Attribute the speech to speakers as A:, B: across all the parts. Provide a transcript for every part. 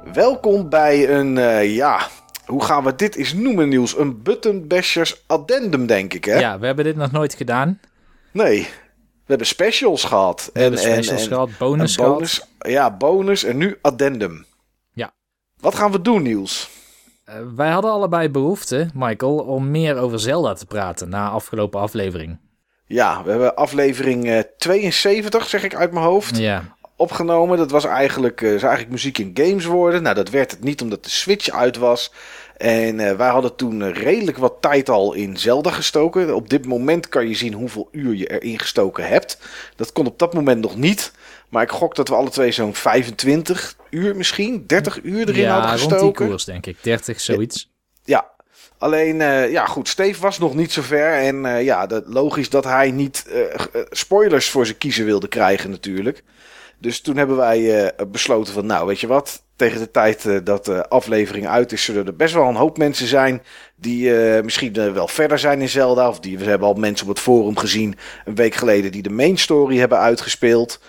A: Welkom bij een, hoe gaan we dit eens noemen, Niels? Een Button Bashers addendum, denk ik, hè?
B: Ja, we hebben dit nog nooit gedaan.
A: Nee, we hebben specials gehad.
B: We hebben specials gehad, bonus gehad.
A: Ja, bonus en nu addendum.
B: Ja.
A: Wat gaan we doen, Niels?
B: Wij hadden allebei behoefte, Michael, om meer over Zelda te praten na afgelopen aflevering.
A: Ja, we hebben aflevering 72, zeg ik uit mijn hoofd.
B: Ja.
A: Opgenomen. Dat was eigenlijk muziek in games worden. Nou, dat werd het niet omdat de Switch uit was. En wij hadden toen redelijk wat tijd al in Zelda gestoken. Op dit moment kan je zien hoeveel uur je erin gestoken hebt. Dat kon op dat moment nog niet. Maar ik gok dat we alle twee zo'n 25 uur misschien, 30 uur erin hadden gestoken.
B: Ja, rond die koers denk ik. 30, zoiets.
A: Ja. Alleen, goed, Steve was nog niet zo ver. En logisch dat hij niet spoilers voor zijn kiezen wilde krijgen natuurlijk. Dus toen hebben wij besloten van, nou, weet je wat? Tegen de tijd dat de aflevering uit is, zullen er best wel een hoop mensen zijn die misschien wel verder zijn in Zelda. Of we hebben al mensen op het forum gezien een week geleden die de main story hebben uitgespeeld.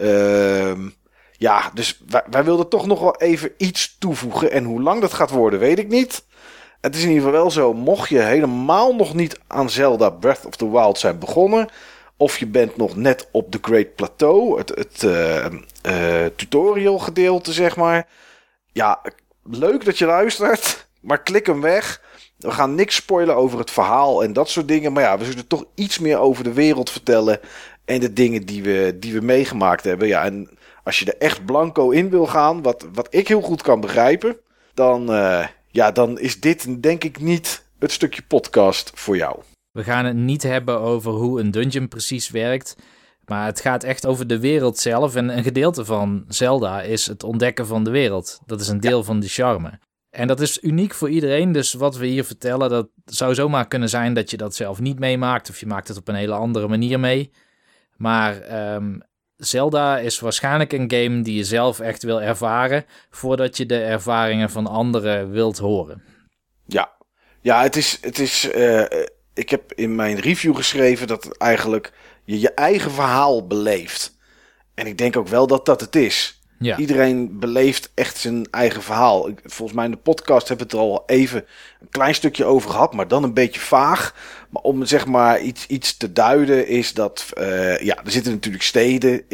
A: Dus wij wilden toch nog wel even iets toevoegen. En hoe lang dat gaat worden, weet ik niet. Het is in ieder geval wel zo, mocht je helemaal nog niet aan Zelda Breath of the Wild zijn begonnen, of je bent nog net op The Great Plateau, het tutorial gedeelte, zeg maar. Ja, leuk dat je luistert, maar klik hem weg. We gaan niks spoilen over het verhaal en dat soort dingen. Maar ja, we zullen toch iets meer over de wereld vertellen en de dingen die we meegemaakt hebben. Ja, en als je er echt blanco in wil gaan, wat ik heel goed kan begrijpen, dan is dit denk ik niet het stukje podcast voor jou.
B: We gaan het niet hebben over hoe een dungeon precies werkt, maar het gaat echt over de wereld zelf. En een gedeelte van Zelda is het ontdekken van de wereld. Dat is een deel van de charme. En dat is uniek voor iedereen, dus wat we hier vertellen, dat zou zomaar kunnen zijn dat je dat zelf niet meemaakt, of je maakt het op een hele andere manier mee. Maar Zelda is waarschijnlijk een game die je zelf echt wil ervaren, voordat je de ervaringen van anderen wilt horen.
A: Ja, het is ik heb in mijn review geschreven dat het eigenlijk je eigen verhaal beleeft. En ik denk ook wel dat dat het is. Ja. Iedereen beleeft echt zijn eigen verhaal. Volgens mij in de podcast hebben we het er al even een klein stukje over gehad, maar dan een beetje vaag. Maar om zeg maar iets te duiden is dat er zitten natuurlijk steden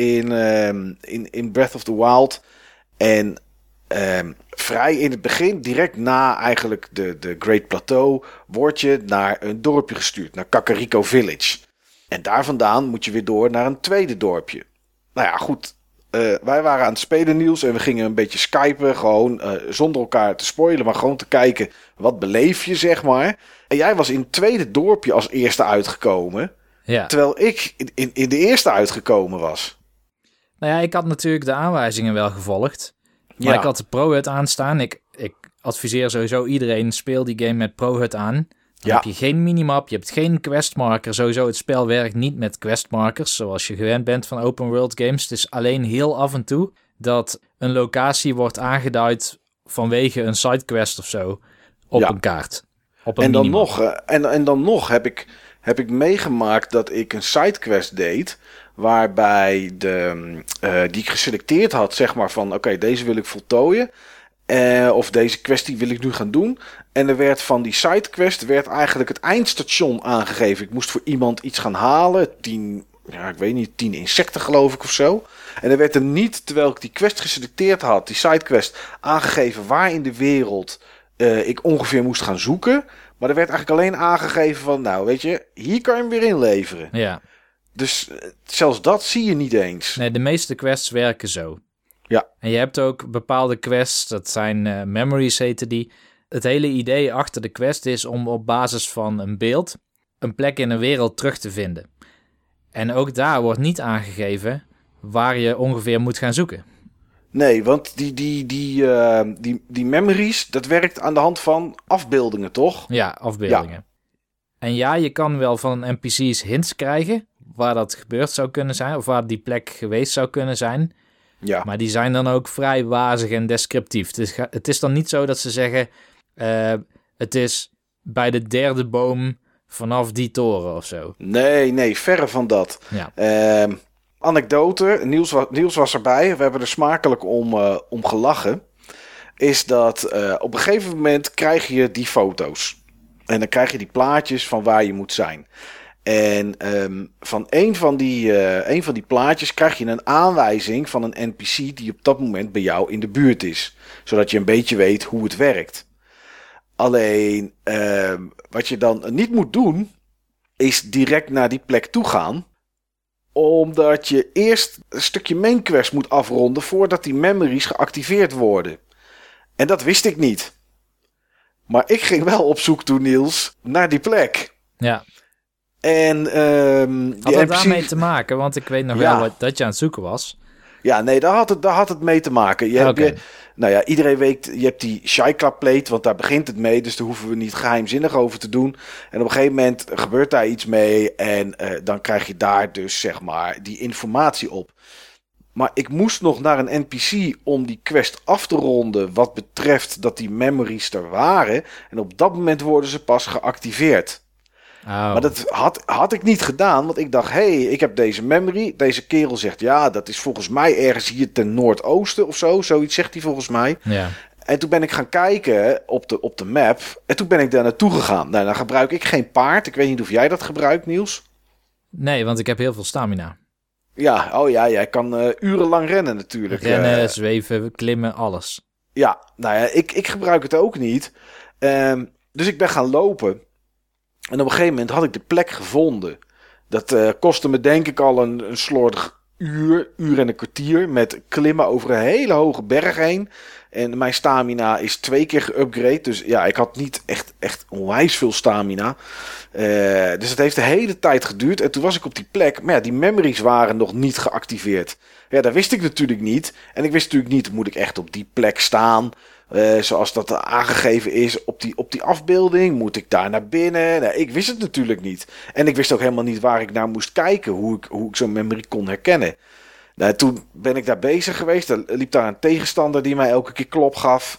A: in Breath of the Wild. En vrij in het begin, direct na eigenlijk de Great Plateau, word je naar een dorpje gestuurd, naar Kakariko Village. En daar vandaan moet je weer door naar een tweede dorpje. Nou ja, goed. Wij waren aan het spelen, Niels, en we gingen een beetje skypen, gewoon zonder elkaar te spoilen, maar gewoon te kijken, wat beleef je, zeg maar. En jij was in het tweede dorpje als eerste uitgekomen, terwijl ik in de eerste uitgekomen was.
B: Nou ja, ik had natuurlijk de aanwijzingen wel gevolgd. Maar ik had de Pro-HUD aanstaan. Ik adviseer sowieso iedereen, speel die game met Pro-HUD aan. Dan heb je geen minimap, je hebt geen questmarker. Sowieso, het spel werkt niet met questmarkers, zoals je gewend bent van open world games. Het is alleen heel af en toe dat een locatie wordt aangeduid vanwege een sidequest of zo op een kaart. Op een
A: en dan nog heb ik meegemaakt dat ik een sidequest deed, waarbij die ik geselecteerd had, zeg maar van oké, deze wil ik voltooien. Of deze kwestie wil ik nu gaan doen. En er werd van die sidequest eigenlijk het eindstation aangegeven. Ik moest voor iemand iets gaan halen. 10 insecten geloof ik of zo. En er werd er niet, terwijl ik die quest geselecteerd had, die sidequest, aangegeven waar in de wereld ik ongeveer moest gaan zoeken. Maar er werd eigenlijk alleen aangegeven van, nou weet je, hier kan je hem weer inleveren.
B: Ja.
A: Dus zelfs dat zie je niet eens.
B: Nee, de meeste quests werken zo.
A: Ja.
B: En je hebt ook bepaalde quests, dat zijn memories heten die. Het hele idee achter de quest is om op basis van een beeld een plek in een wereld terug te vinden. En ook daar wordt niet aangegeven waar je ongeveer moet gaan zoeken.
A: Nee, want die memories, dat werkt aan de hand van afbeeldingen, toch?
B: Ja, afbeeldingen. Ja. En ja, je kan wel van NPC's hints krijgen waar dat gebeurd zou kunnen zijn, of waar die plek geweest zou kunnen zijn.
A: Ja.
B: Maar die zijn dan ook vrij wazig en descriptief. Het is dan niet zo dat ze zeggen, het is bij de derde boom vanaf die toren of zo.
A: Nee, verre van dat.
B: Ja.
A: Anekdote, Niels was erbij. We hebben er smakelijk om gelachen. is dat op een gegeven moment krijg je die foto's. En dan krijg je die plaatjes van waar je moet zijn. En van een van die plaatjes krijg je een aanwijzing van een NPC die op dat moment bij jou in de buurt is. Zodat je een beetje weet hoe het werkt. Alleen, wat je dan niet moet doen, is direct naar die plek toe gaan. Omdat je eerst een stukje main quest moet afronden voordat die memories geactiveerd worden. En dat wist ik niet. Maar ik ging wel op zoek toen, Niels, naar die plek.
B: Ja.
A: En
B: had dat daarmee te maken? Want ik weet nog wel dat je aan het zoeken was. Ja,
A: nee, daar had het mee te maken. Iedereen weet, je hebt die Shaikla plate, want daar begint het mee. Dus daar hoeven we niet geheimzinnig over te doen. En op een gegeven moment gebeurt daar iets mee. En dan krijg je daar dus, zeg maar, die informatie op. Maar ik moest nog naar een NPC om die quest af te ronden wat betreft dat die memories er waren. En op dat moment worden ze pas geactiveerd. Oh. Maar dat had ik niet gedaan, want ik dacht, ik heb deze memory. Deze kerel zegt, ja, dat is volgens mij ergens hier ten noordoosten of zo. Zoiets zegt hij volgens mij.
B: Ja.
A: En toen ben ik gaan kijken op de map. En toen ben ik daar naartoe gegaan. Nou, dan gebruik ik geen paard. Ik weet niet of jij dat gebruikt, Niels.
B: Nee, want ik heb heel veel stamina.
A: Ja, jij kan urenlang rennen natuurlijk.
B: Rennen, zweven, klimmen, alles.
A: Ja, nou ja, ik gebruik het ook niet. Dus ik ben gaan lopen. En op een gegeven moment had ik de plek gevonden. Dat kostte me denk ik al een slordig uur en een kwartier. Met klimmen over een hele hoge berg heen. En mijn stamina is 2 keer geupgrade. Dus ja, ik had niet echt onwijs veel stamina. Dus het heeft de hele tijd geduurd. En toen was ik op die plek. Maar ja, die memories waren nog niet geactiveerd. Ja, dat wist ik natuurlijk niet. En ik wist natuurlijk niet, moet ik echt op die plek staan? Zoals dat aangegeven is op die afbeelding. Moet ik daar naar binnen? Nee, ik wist het natuurlijk niet. En ik wist ook helemaal niet waar ik naar moest kijken. Hoe ik zo'n memory kon herkennen. Nou, toen ben ik daar bezig geweest. Er liep daar een tegenstander die mij elke keer klop gaf.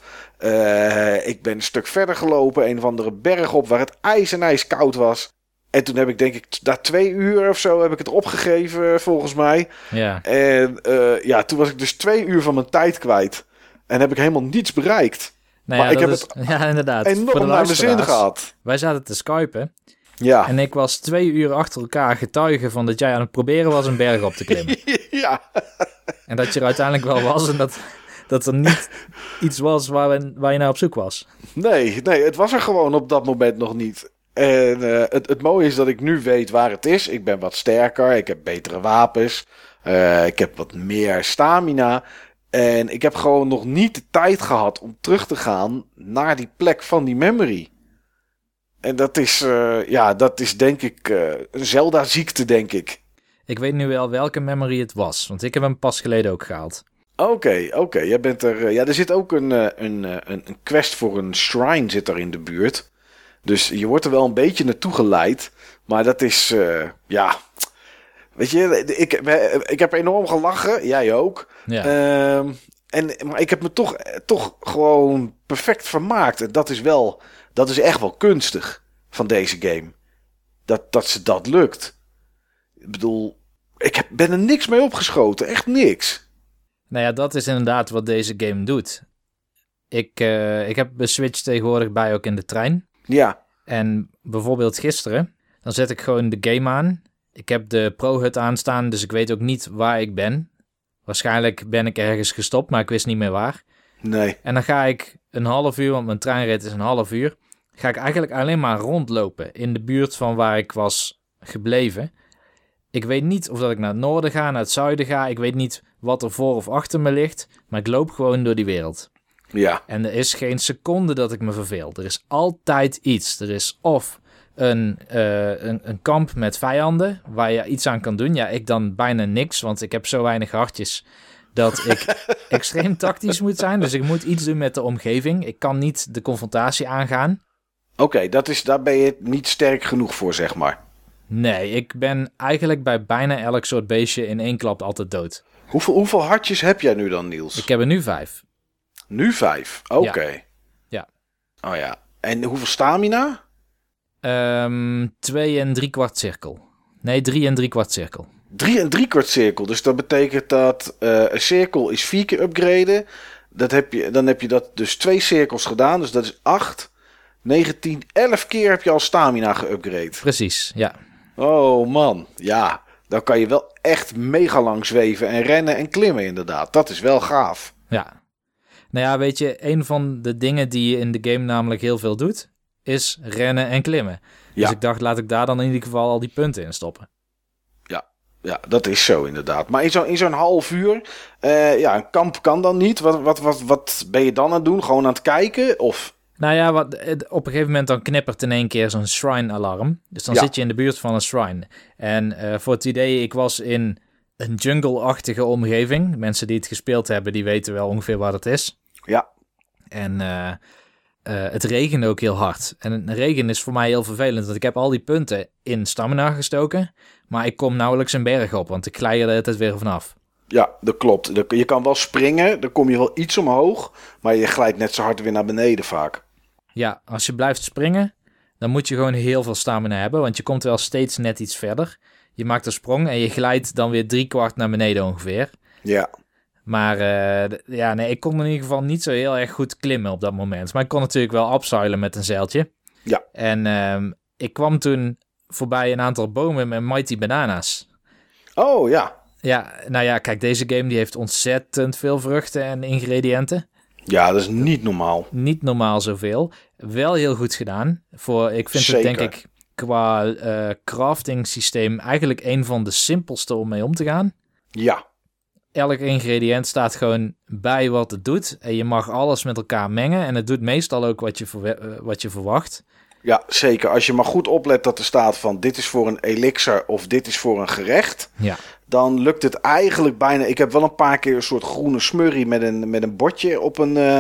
A: Ik ben een stuk verder gelopen. Een of andere berg op waar het ijskoud was. En toen heb ik denk ik na 2 uur of zo heb ik het opgegeven volgens mij.
B: Ja.
A: En toen was ik dus 2 uur van mijn tijd kwijt. En heb ik helemaal niets bereikt.
B: Nou maar ik heb het inderdaad.
A: Enorm naar mijn zin gehad.
B: Wij zaten te skypen.
A: Ja.
B: En ik was 2 uur achter elkaar getuige van dat jij aan het proberen was een berg op te klimmen.
A: Ja.
B: En dat je er uiteindelijk wel was en dat er niet iets was waar je naar op zoek was.
A: Nee, het was er gewoon op dat moment nog niet. En het mooie is dat ik nu weet waar het is. Ik ben wat sterker, ik heb betere wapens. Ik heb wat meer stamina. En ik heb gewoon nog niet de tijd gehad om terug te gaan naar die plek van die memory. En dat is denk ik een Zelda-ziekte, denk ik.
B: Ik weet nu wel welke memory het was, want ik heb hem pas geleden ook gehaald.
A: Oké. Jij bent er. Er zit ook een quest voor een shrine zit er in de buurt. Dus je wordt er wel een beetje naartoe geleid. Maar dat is, weet je, ik heb enorm gelachen. Jij ook.
B: Ja.
A: Maar ik heb me toch gewoon perfect vermaakt. En dat is echt wel kunstig van deze game. Dat ze dat lukt. Ik bedoel, ben er niks mee opgeschoten. Echt niks.
B: Nou ja, dat is inderdaad wat deze game doet. Ik heb de Switch tegenwoordig bij ook in de trein.
A: Ja.
B: En bijvoorbeeld gisteren, dan zet ik gewoon de game aan. Ik heb de Pro-hut aanstaan, dus ik weet ook niet waar ik ben. Waarschijnlijk ben ik ergens gestopt, maar ik wist niet meer waar.
A: Nee.
B: En dan ga ik een half uur, want mijn treinrit is een half uur, ga ik eigenlijk alleen maar rondlopen in de buurt van waar ik was gebleven. Ik weet niet of dat ik naar het noorden ga, naar het zuiden ga. Ik weet niet wat er voor of achter me ligt, maar ik loop gewoon door die wereld.
A: Ja.
B: En er is geen seconde dat ik me verveel. Er is altijd iets. Er is of een kamp met vijanden waar je iets aan kan doen. Ja, ik dan bijna niks, want ik heb zo weinig hartjes dat ik extreem tactisch moet zijn. Dus ik moet iets doen met de omgeving. Ik kan niet de confrontatie aangaan.
A: Oké, daar ben je niet sterk genoeg voor, zeg maar.
B: Nee, ik ben eigenlijk bij bijna elk soort beestje in 1 klap altijd dood.
A: Hoeveel hartjes heb jij nu dan, Niels?
B: Ik heb er nu 5.
A: Nu 5? Oké.
B: Ja.
A: Oh ja. En hoeveel stamina?
B: 2 en 3/4 cirkel. Nee, 3 en 3/4 cirkel.
A: 3 en 3/4 cirkel. Dus dat betekent dat een cirkel is 4 keer upgraden. Dan heb je dat dus 2 cirkels gedaan. Dus dat is 8, 19, 11 keer heb je al stamina geüpgrade.
B: Precies, ja.
A: Oh man, ja. Dan kan je wel echt mega lang zweven en rennen en klimmen inderdaad. Dat is wel gaaf.
B: Ja. Nou ja, weet je, een van de dingen die je in de game namelijk heel veel doet, is rennen en klimmen. Dus ik dacht, laat ik daar dan in ieder geval al die punten in stoppen.
A: Ja, dat is zo inderdaad. Maar in zo'n half uur, een kamp kan dan niet. Wat ben je dan aan het doen? Gewoon aan het kijken? Of...
B: Nou ja, op een gegeven moment dan knippert in één keer zo'n shrine-alarm. Dus dan zit je in de buurt van een shrine. En voor het idee, ik was in een jungle-achtige omgeving. Mensen die het gespeeld hebben, die weten wel ongeveer wat het is.
A: Ja.
B: En het regende ook heel hard. En regen is voor mij heel vervelend, want ik heb al die punten in stamina gestoken, maar ik kom nauwelijks een berg op, want ik glij er de hele tijd weer vanaf.
A: Ja, dat klopt. Je kan wel springen, dan kom je wel iets omhoog, maar je glijdt net zo hard weer naar beneden vaak.
B: Ja, als je blijft springen, dan moet je gewoon heel veel stamina hebben, want je komt wel steeds net iets verder. Je maakt een sprong en je glijdt dan weer 3/4 naar beneden ongeveer.
A: Ja.
B: Maar ik kon in ieder geval niet zo heel erg goed klimmen op dat moment. Maar ik kon natuurlijk wel upseilen met een zeiltje.
A: Ja.
B: En ik kwam toen voorbij een aantal bomen met Mighty Bananas.
A: Oh, ja.
B: Ja, nou ja, kijk, deze game die heeft ontzettend veel vruchten en ingrediënten.
A: Ja, dat is niet normaal.
B: Niet normaal zoveel. Wel heel goed gedaan. Ik vind
A: Zeker.
B: het denk ik qua crafting systeem eigenlijk een van de simpelste om mee om te gaan.
A: Ja.
B: Elk ingrediënt staat gewoon bij wat het doet. En je mag alles met elkaar mengen. En het doet meestal ook wat je verwacht.
A: Ja, zeker. Als je maar goed oplet dat er staat van dit is voor een elixir of dit is voor een gerecht.
B: Ja.
A: Dan lukt het eigenlijk bijna. Ik heb wel een paar keer een soort groene smurrie met een bordje op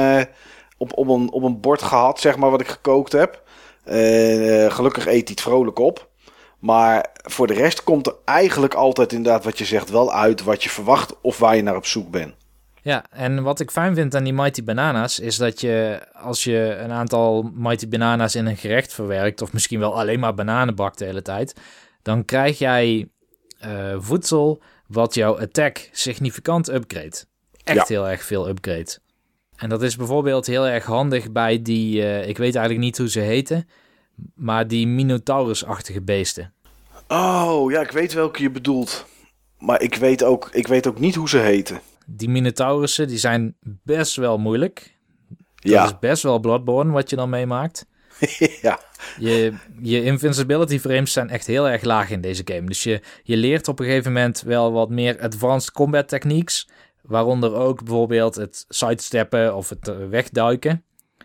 A: een bord gehad, zeg maar, wat ik gekookt heb. Gelukkig eet hij het vrolijk op. Maar voor de rest komt er eigenlijk altijd inderdaad wat je zegt wel uit wat je verwacht of waar je naar op zoek bent.
B: Ja, en wat ik fijn vind aan die Mighty Bananas is dat je, als je een aantal Mighty Bananas in een gerecht verwerkt, of misschien wel alleen maar bananen bakt de hele tijd, dan krijg jij voedsel wat jouw attack significant upgrade. Echt heel erg veel upgrade. En dat is bijvoorbeeld heel erg handig bij die, ik weet eigenlijk niet hoe ze heten, maar die Minotaurus-achtige beesten.
A: Oh, ja, ik weet welke je bedoelt. Maar ik weet ook niet hoe ze heten.
B: Die Minotaurussen, die zijn best wel moeilijk. Dat
A: Ja.
B: is best wel Bloodborne wat je dan meemaakt.
A: Ja.
B: Je invincibility frames zijn echt heel erg laag in deze game. Dus je leert op een gegeven moment wel wat meer advanced combat techniques. Waaronder ook bijvoorbeeld het sidesteppen of het wegduiken.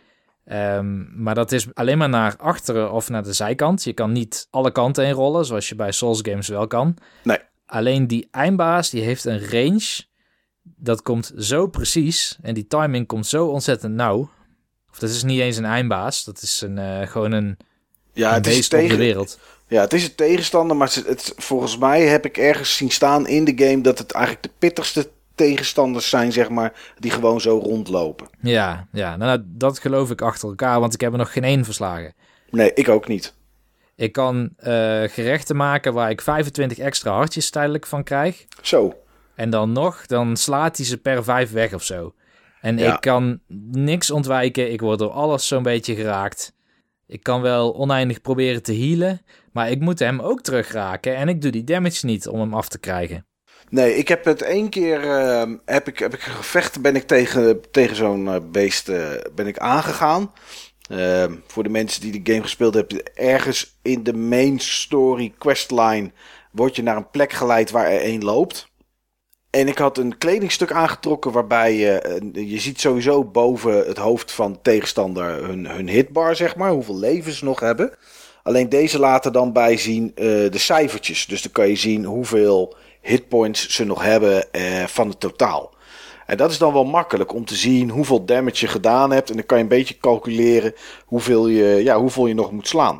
B: Maar dat is alleen maar naar achteren of naar de zijkant. Je kan niet alle kanten heen rollen, zoals je bij Souls games wel kan.
A: Nee.
B: Alleen die eindbaas, die heeft een range. Dat komt zo precies. En die timing komt zo ontzettend nauw. Of dat is niet eens een eindbaas. Dat is gewoon een beest op de wereld.
A: Ja, het is een tegenstander. Maar volgens mij heb ik ergens zien staan in de game dat het eigenlijk de pittigste tegenstanders zijn, zeg maar, die gewoon zo rondlopen.
B: Ja, nou, dat geloof ik achter elkaar, want ik heb er nog geen één verslagen.
A: Nee, ik ook niet.
B: Ik kan gerechten maken waar ik 25 extra hartjes tijdelijk van krijg.
A: Zo.
B: En dan slaat hij ze per 5 weg of zo. En
A: Ja.
B: ik kan niks ontwijken. Ik word door alles zo'n beetje geraakt. Ik kan wel oneindig proberen te healen, maar ik moet hem ook terugraken. En ik doe die damage niet om hem af te krijgen.
A: Nee, ik heb het 1 keer heb ik gevecht, ben ik tegen zo'n beest ben ik aangegaan. Voor de mensen die de game gespeeld hebben, ergens in de main story questline word je naar een plek geleid waar er één loopt. En ik had een kledingstuk aangetrokken waarbij je ziet sowieso boven het hoofd van tegenstander hun hitbar, zeg maar, hoeveel levens ze nog hebben. Alleen deze laten dan bij zien de cijfertjes. Dus dan kan je zien hoeveel hitpoints ze nog hebben van het totaal. En dat is dan wel makkelijk om te zien hoeveel damage je gedaan hebt. En dan kan je een beetje calculeren hoeveel je nog moet slaan.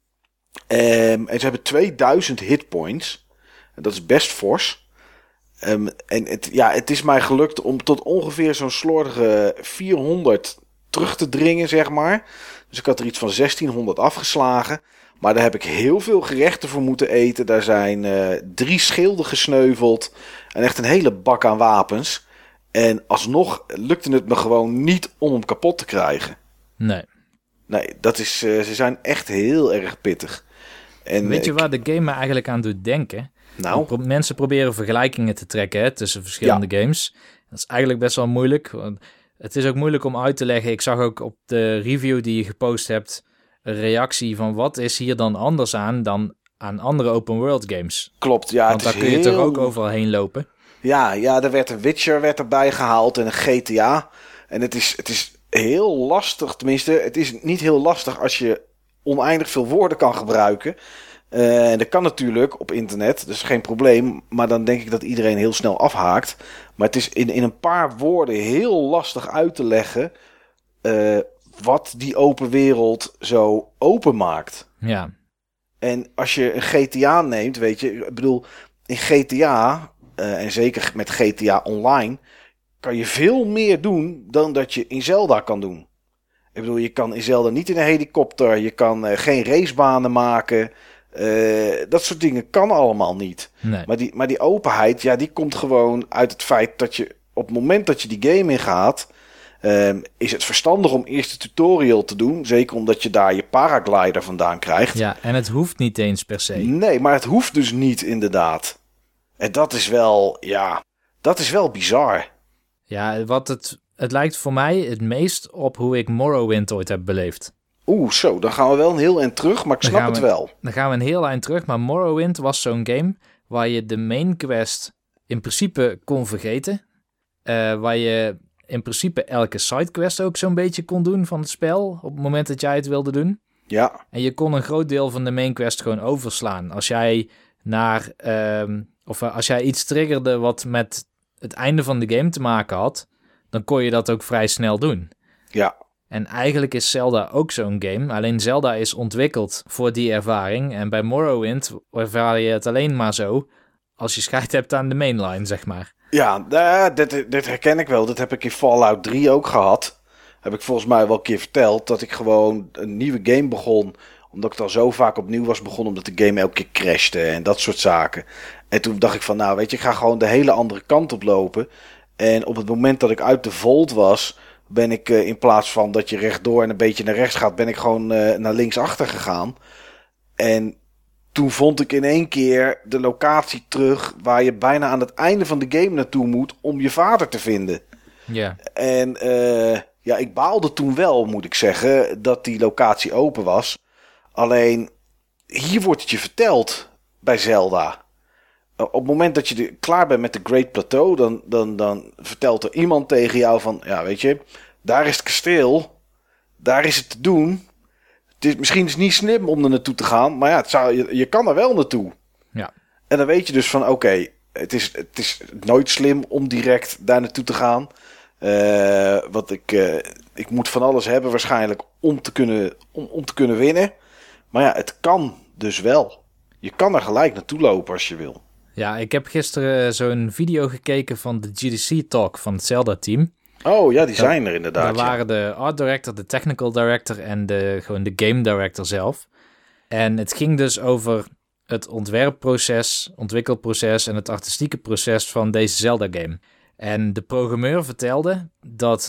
A: En ze hebben 2000 hitpoints. En dat is best fors. En het is mij gelukt om tot ongeveer zo'n slordige 400 terug te dringen, zeg maar. Dus ik had er iets van 1600 afgeslagen. Maar daar heb ik heel veel gerechten voor moeten eten. Daar zijn 3 schilden gesneuveld. En echt een hele bak aan wapens. En alsnog lukte het me gewoon niet om hem kapot te krijgen.
B: Nee,
A: dat is, ze zijn echt heel erg pittig. En
B: weet je waar de game me eigenlijk aan doet denken?
A: Nou?
B: Mensen proberen vergelijkingen te trekken tussen verschillende games. Dat is eigenlijk best wel moeilijk. Want het is ook moeilijk om uit te leggen. Ik zag ook op de review die je gepost hebt een reactie van wat is hier dan anders aan dan aan andere open world games.
A: Klopt, ja.
B: Want daar kun je toch ook overal heen lopen?
A: Ja, er werd een Witcher erbij gehaald en een GTA. En het is heel lastig, tenminste, het is niet heel lastig als je oneindig veel woorden kan gebruiken. En dat kan natuurlijk op internet, dus geen probleem. Maar dan denk ik dat iedereen heel snel afhaakt. Maar het is in een paar woorden heel lastig uit te leggen wat die open wereld zo open maakt.
B: Ja.
A: En als je een GTA neemt, weet je, ik bedoel, in GTA, en zeker met GTA Online, kan je veel meer doen dan dat je in Zelda kan doen. Ik bedoel, je kan in Zelda niet in een helikopter, je kan geen racebanen maken. Dat soort dingen kan allemaal niet.
B: Nee.
A: Maar die openheid, ja, die komt gewoon uit het feit dat je op het moment dat je die game ingaat, is het verstandig om eerst de tutorial te doen. Zeker omdat je daar je paraglider vandaan krijgt.
B: Ja, en het hoeft niet eens per se.
A: Nee, maar het hoeft dus niet inderdaad. En dat is wel, ja, dat is wel bizar.
B: Ja, het lijkt voor mij het meest op hoe ik Morrowind ooit heb beleefd.
A: Zo, dan gaan we wel een heel eind terug, maar ik snap het wel.
B: Dan gaan we een heel eind terug, maar Morrowind was zo'n game waar je de main quest in principe kon vergeten. Waar je in principe elke sidequest ook zo'n beetje kon doen van het spel op het moment dat jij het wilde doen.
A: Ja.
B: En je kon een groot deel van de main quest gewoon overslaan. Als jij als jij iets triggerde wat met het einde van de game te maken had, dan kon je dat ook vrij snel doen.
A: Ja.
B: En eigenlijk is Zelda ook zo'n game. Alleen Zelda is ontwikkeld voor die ervaring. En bij Morrowind ervaar je het alleen maar zo als je scheid hebt aan de mainline, zeg maar.
A: Ja, dit herken ik wel. Dat heb ik in Fallout 3 ook gehad. Heb ik volgens mij wel een keer verteld. Dat ik gewoon een nieuwe game begon. Omdat ik al zo vaak opnieuw was begonnen. Omdat de game elke keer crashte en dat soort zaken. En toen dacht ik van, nou weet je, ik ga gewoon de hele andere kant op lopen. En op het moment dat ik uit de Vault was, ben ik in plaats van dat je rechtdoor en een beetje naar rechts gaat, ben ik gewoon naar links achter gegaan. En toen vond ik in één keer de locatie terug waar je bijna aan het einde van de game naartoe moet om je vader te vinden.
B: Ja.
A: En ik baalde toen wel, moet ik zeggen, dat die locatie open was. Alleen, hier wordt het je verteld bij Zelda. Op het moment dat je klaar bent met de Great Plateau, dan vertelt er iemand tegen jou van, ja weet je, daar is het kasteel, daar is het te doen. Misschien is het niet slim om er naartoe te gaan, maar ja, je kan er wel naartoe.
B: Ja.
A: En dan weet je dus van, oké, het is nooit slim om direct daar naartoe te gaan. Want ik moet van alles hebben waarschijnlijk om te kunnen winnen. Maar ja, het kan dus wel. Je kan er gelijk naartoe lopen als je wil.
B: Ja, ik heb gisteren zo'n video gekeken van de GDC Talk van het Zelda-team.
A: Oh ja, die zijn er inderdaad.
B: Daar waren de art director, de technical director en gewoon de game director zelf. En het ging dus over het ontwikkelproces en het artistieke proces van deze Zelda-game. En de programmeur vertelde dat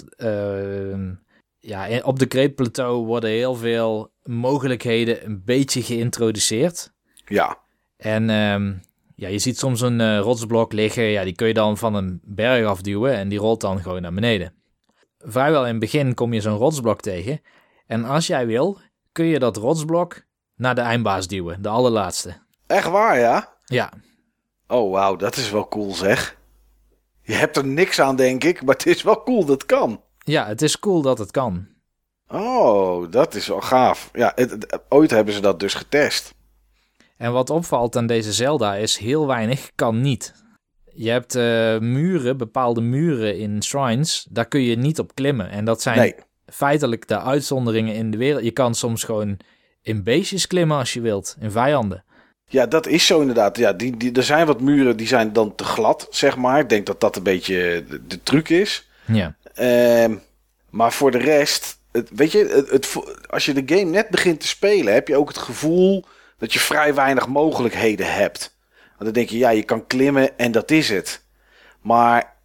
B: op de Great Plateau worden heel veel mogelijkheden een beetje geïntroduceerd.
A: Ja.
B: En je ziet soms een rotsblok liggen. Ja, die kun je dan van een berg afduwen en die rolt dan gewoon naar beneden. Vrijwel in het begin kom je zo'n rotsblok tegen. En als jij wil, kun je dat rotsblok naar de eindbaas duwen. De allerlaatste.
A: Echt waar, ja?
B: Ja.
A: Oh, wauw, dat is wel cool zeg. Je hebt er niks aan, denk ik, maar het is wel cool dat het kan.
B: Ja, het is cool dat het kan.
A: Oh, dat is wel gaaf. Ja, ooit hebben ze dat dus getest.
B: En wat opvalt aan deze Zelda is heel weinig kan niet. Je hebt bepaalde muren in shrines, daar kun je niet op klimmen. En dat zijn feitelijk de uitzonderingen in de wereld. Je kan soms gewoon in beestjes klimmen als je wilt, in vijanden. Ja,
A: dat is zo inderdaad. Ja, er zijn wat muren die zijn dan te glad, zeg maar. Ik denk dat dat een beetje de truc is.
B: Ja.
A: Maar voor de rest, weet je, als je de game net begint te spelen, heb je ook het gevoel dat je vrij weinig mogelijkheden hebt. Want dan denk je, ja, je kan klimmen en dat is het. Maar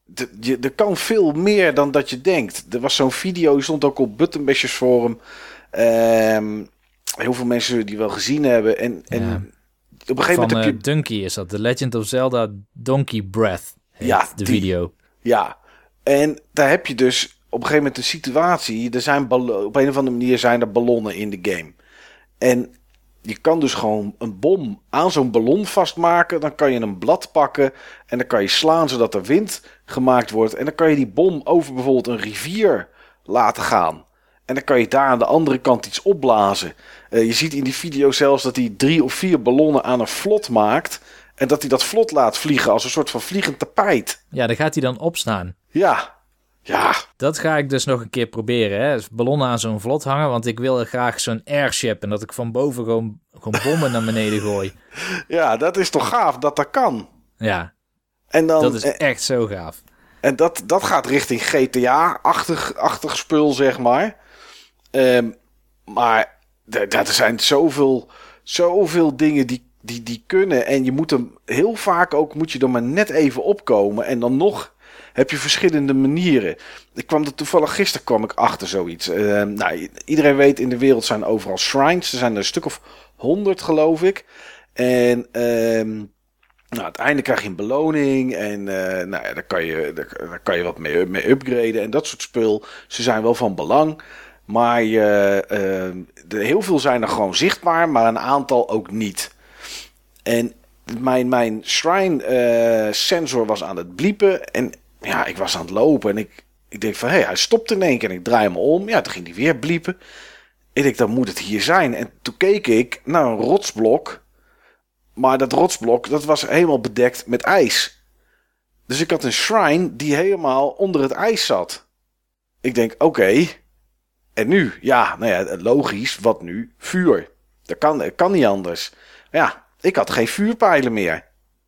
A: er kan veel meer dan dat je denkt. Er was zo'n video, die stond ook op Buttonbashers Forum. Heel veel mensen zullen die wel gezien hebben. En op een gegeven moment heb je...
B: Donkey is dat. The Legend of Zelda Donkey Breath heet de video.
A: Ja, en daar heb je dus op een gegeven moment een situatie. Er zijn op een of andere manier zijn er ballonnen in de game. En je kan dus gewoon een bom aan zo'n ballon vastmaken. Dan kan je een blad pakken en dan kan je slaan zodat er wind gemaakt wordt. En dan kan je die bom over bijvoorbeeld een rivier laten gaan. En dan kan je daar aan de andere kant iets opblazen. Je ziet in die video zelfs dat hij 3 of 4 ballonnen aan een vlot maakt. En dat hij dat vlot laat vliegen als een soort van vliegend tapijt.
B: Ja, daar gaat hij dan opstaan.
A: Ja.
B: Dat ga ik dus nog een keer proberen. Hè? Dus ballonnen aan zo'n vlot hangen. Want ik wil graag zo'n airship. En dat ik van boven gewoon bommen naar beneden gooi.
A: Ja, dat is toch gaaf dat dat kan.
B: Ja,
A: en dan,
B: dat is echt zo gaaf.
A: En dat gaat richting GTA-achtig spul, zeg maar. Maar er zijn zoveel dingen die kunnen. En je moet hem heel vaak ook, moet je er maar net even opkomen. En dan nog heb je verschillende manieren. Gisteren kwam ik achter zoiets. Iedereen weet, in de wereld zijn overal shrines. Er zijn er een stuk of 100, geloof ik. En uiteindelijk krijg je een beloning. En daar kan je wat mee upgraden. En dat soort spul. Ze zijn wel van belang. Maar heel veel zijn er gewoon zichtbaar. Maar een aantal ook niet. En mijn shrine sensor was aan het bliepen. En ja, ik was aan het lopen. En ik denk van, hij stopt in één keer. En ik draai hem om. Ja, toen ging hij weer bliepen. Ik denk, dan moet het hier zijn. En toen keek ik naar een rotsblok. Maar dat rotsblok, dat was helemaal bedekt met ijs. Dus ik had een shrine die helemaal onder het ijs zat. Ik denk, oké. En nu? Ja, logisch. Wat nu? Vuur. Dat kan niet anders. Ja, ik had geen vuurpijlen meer.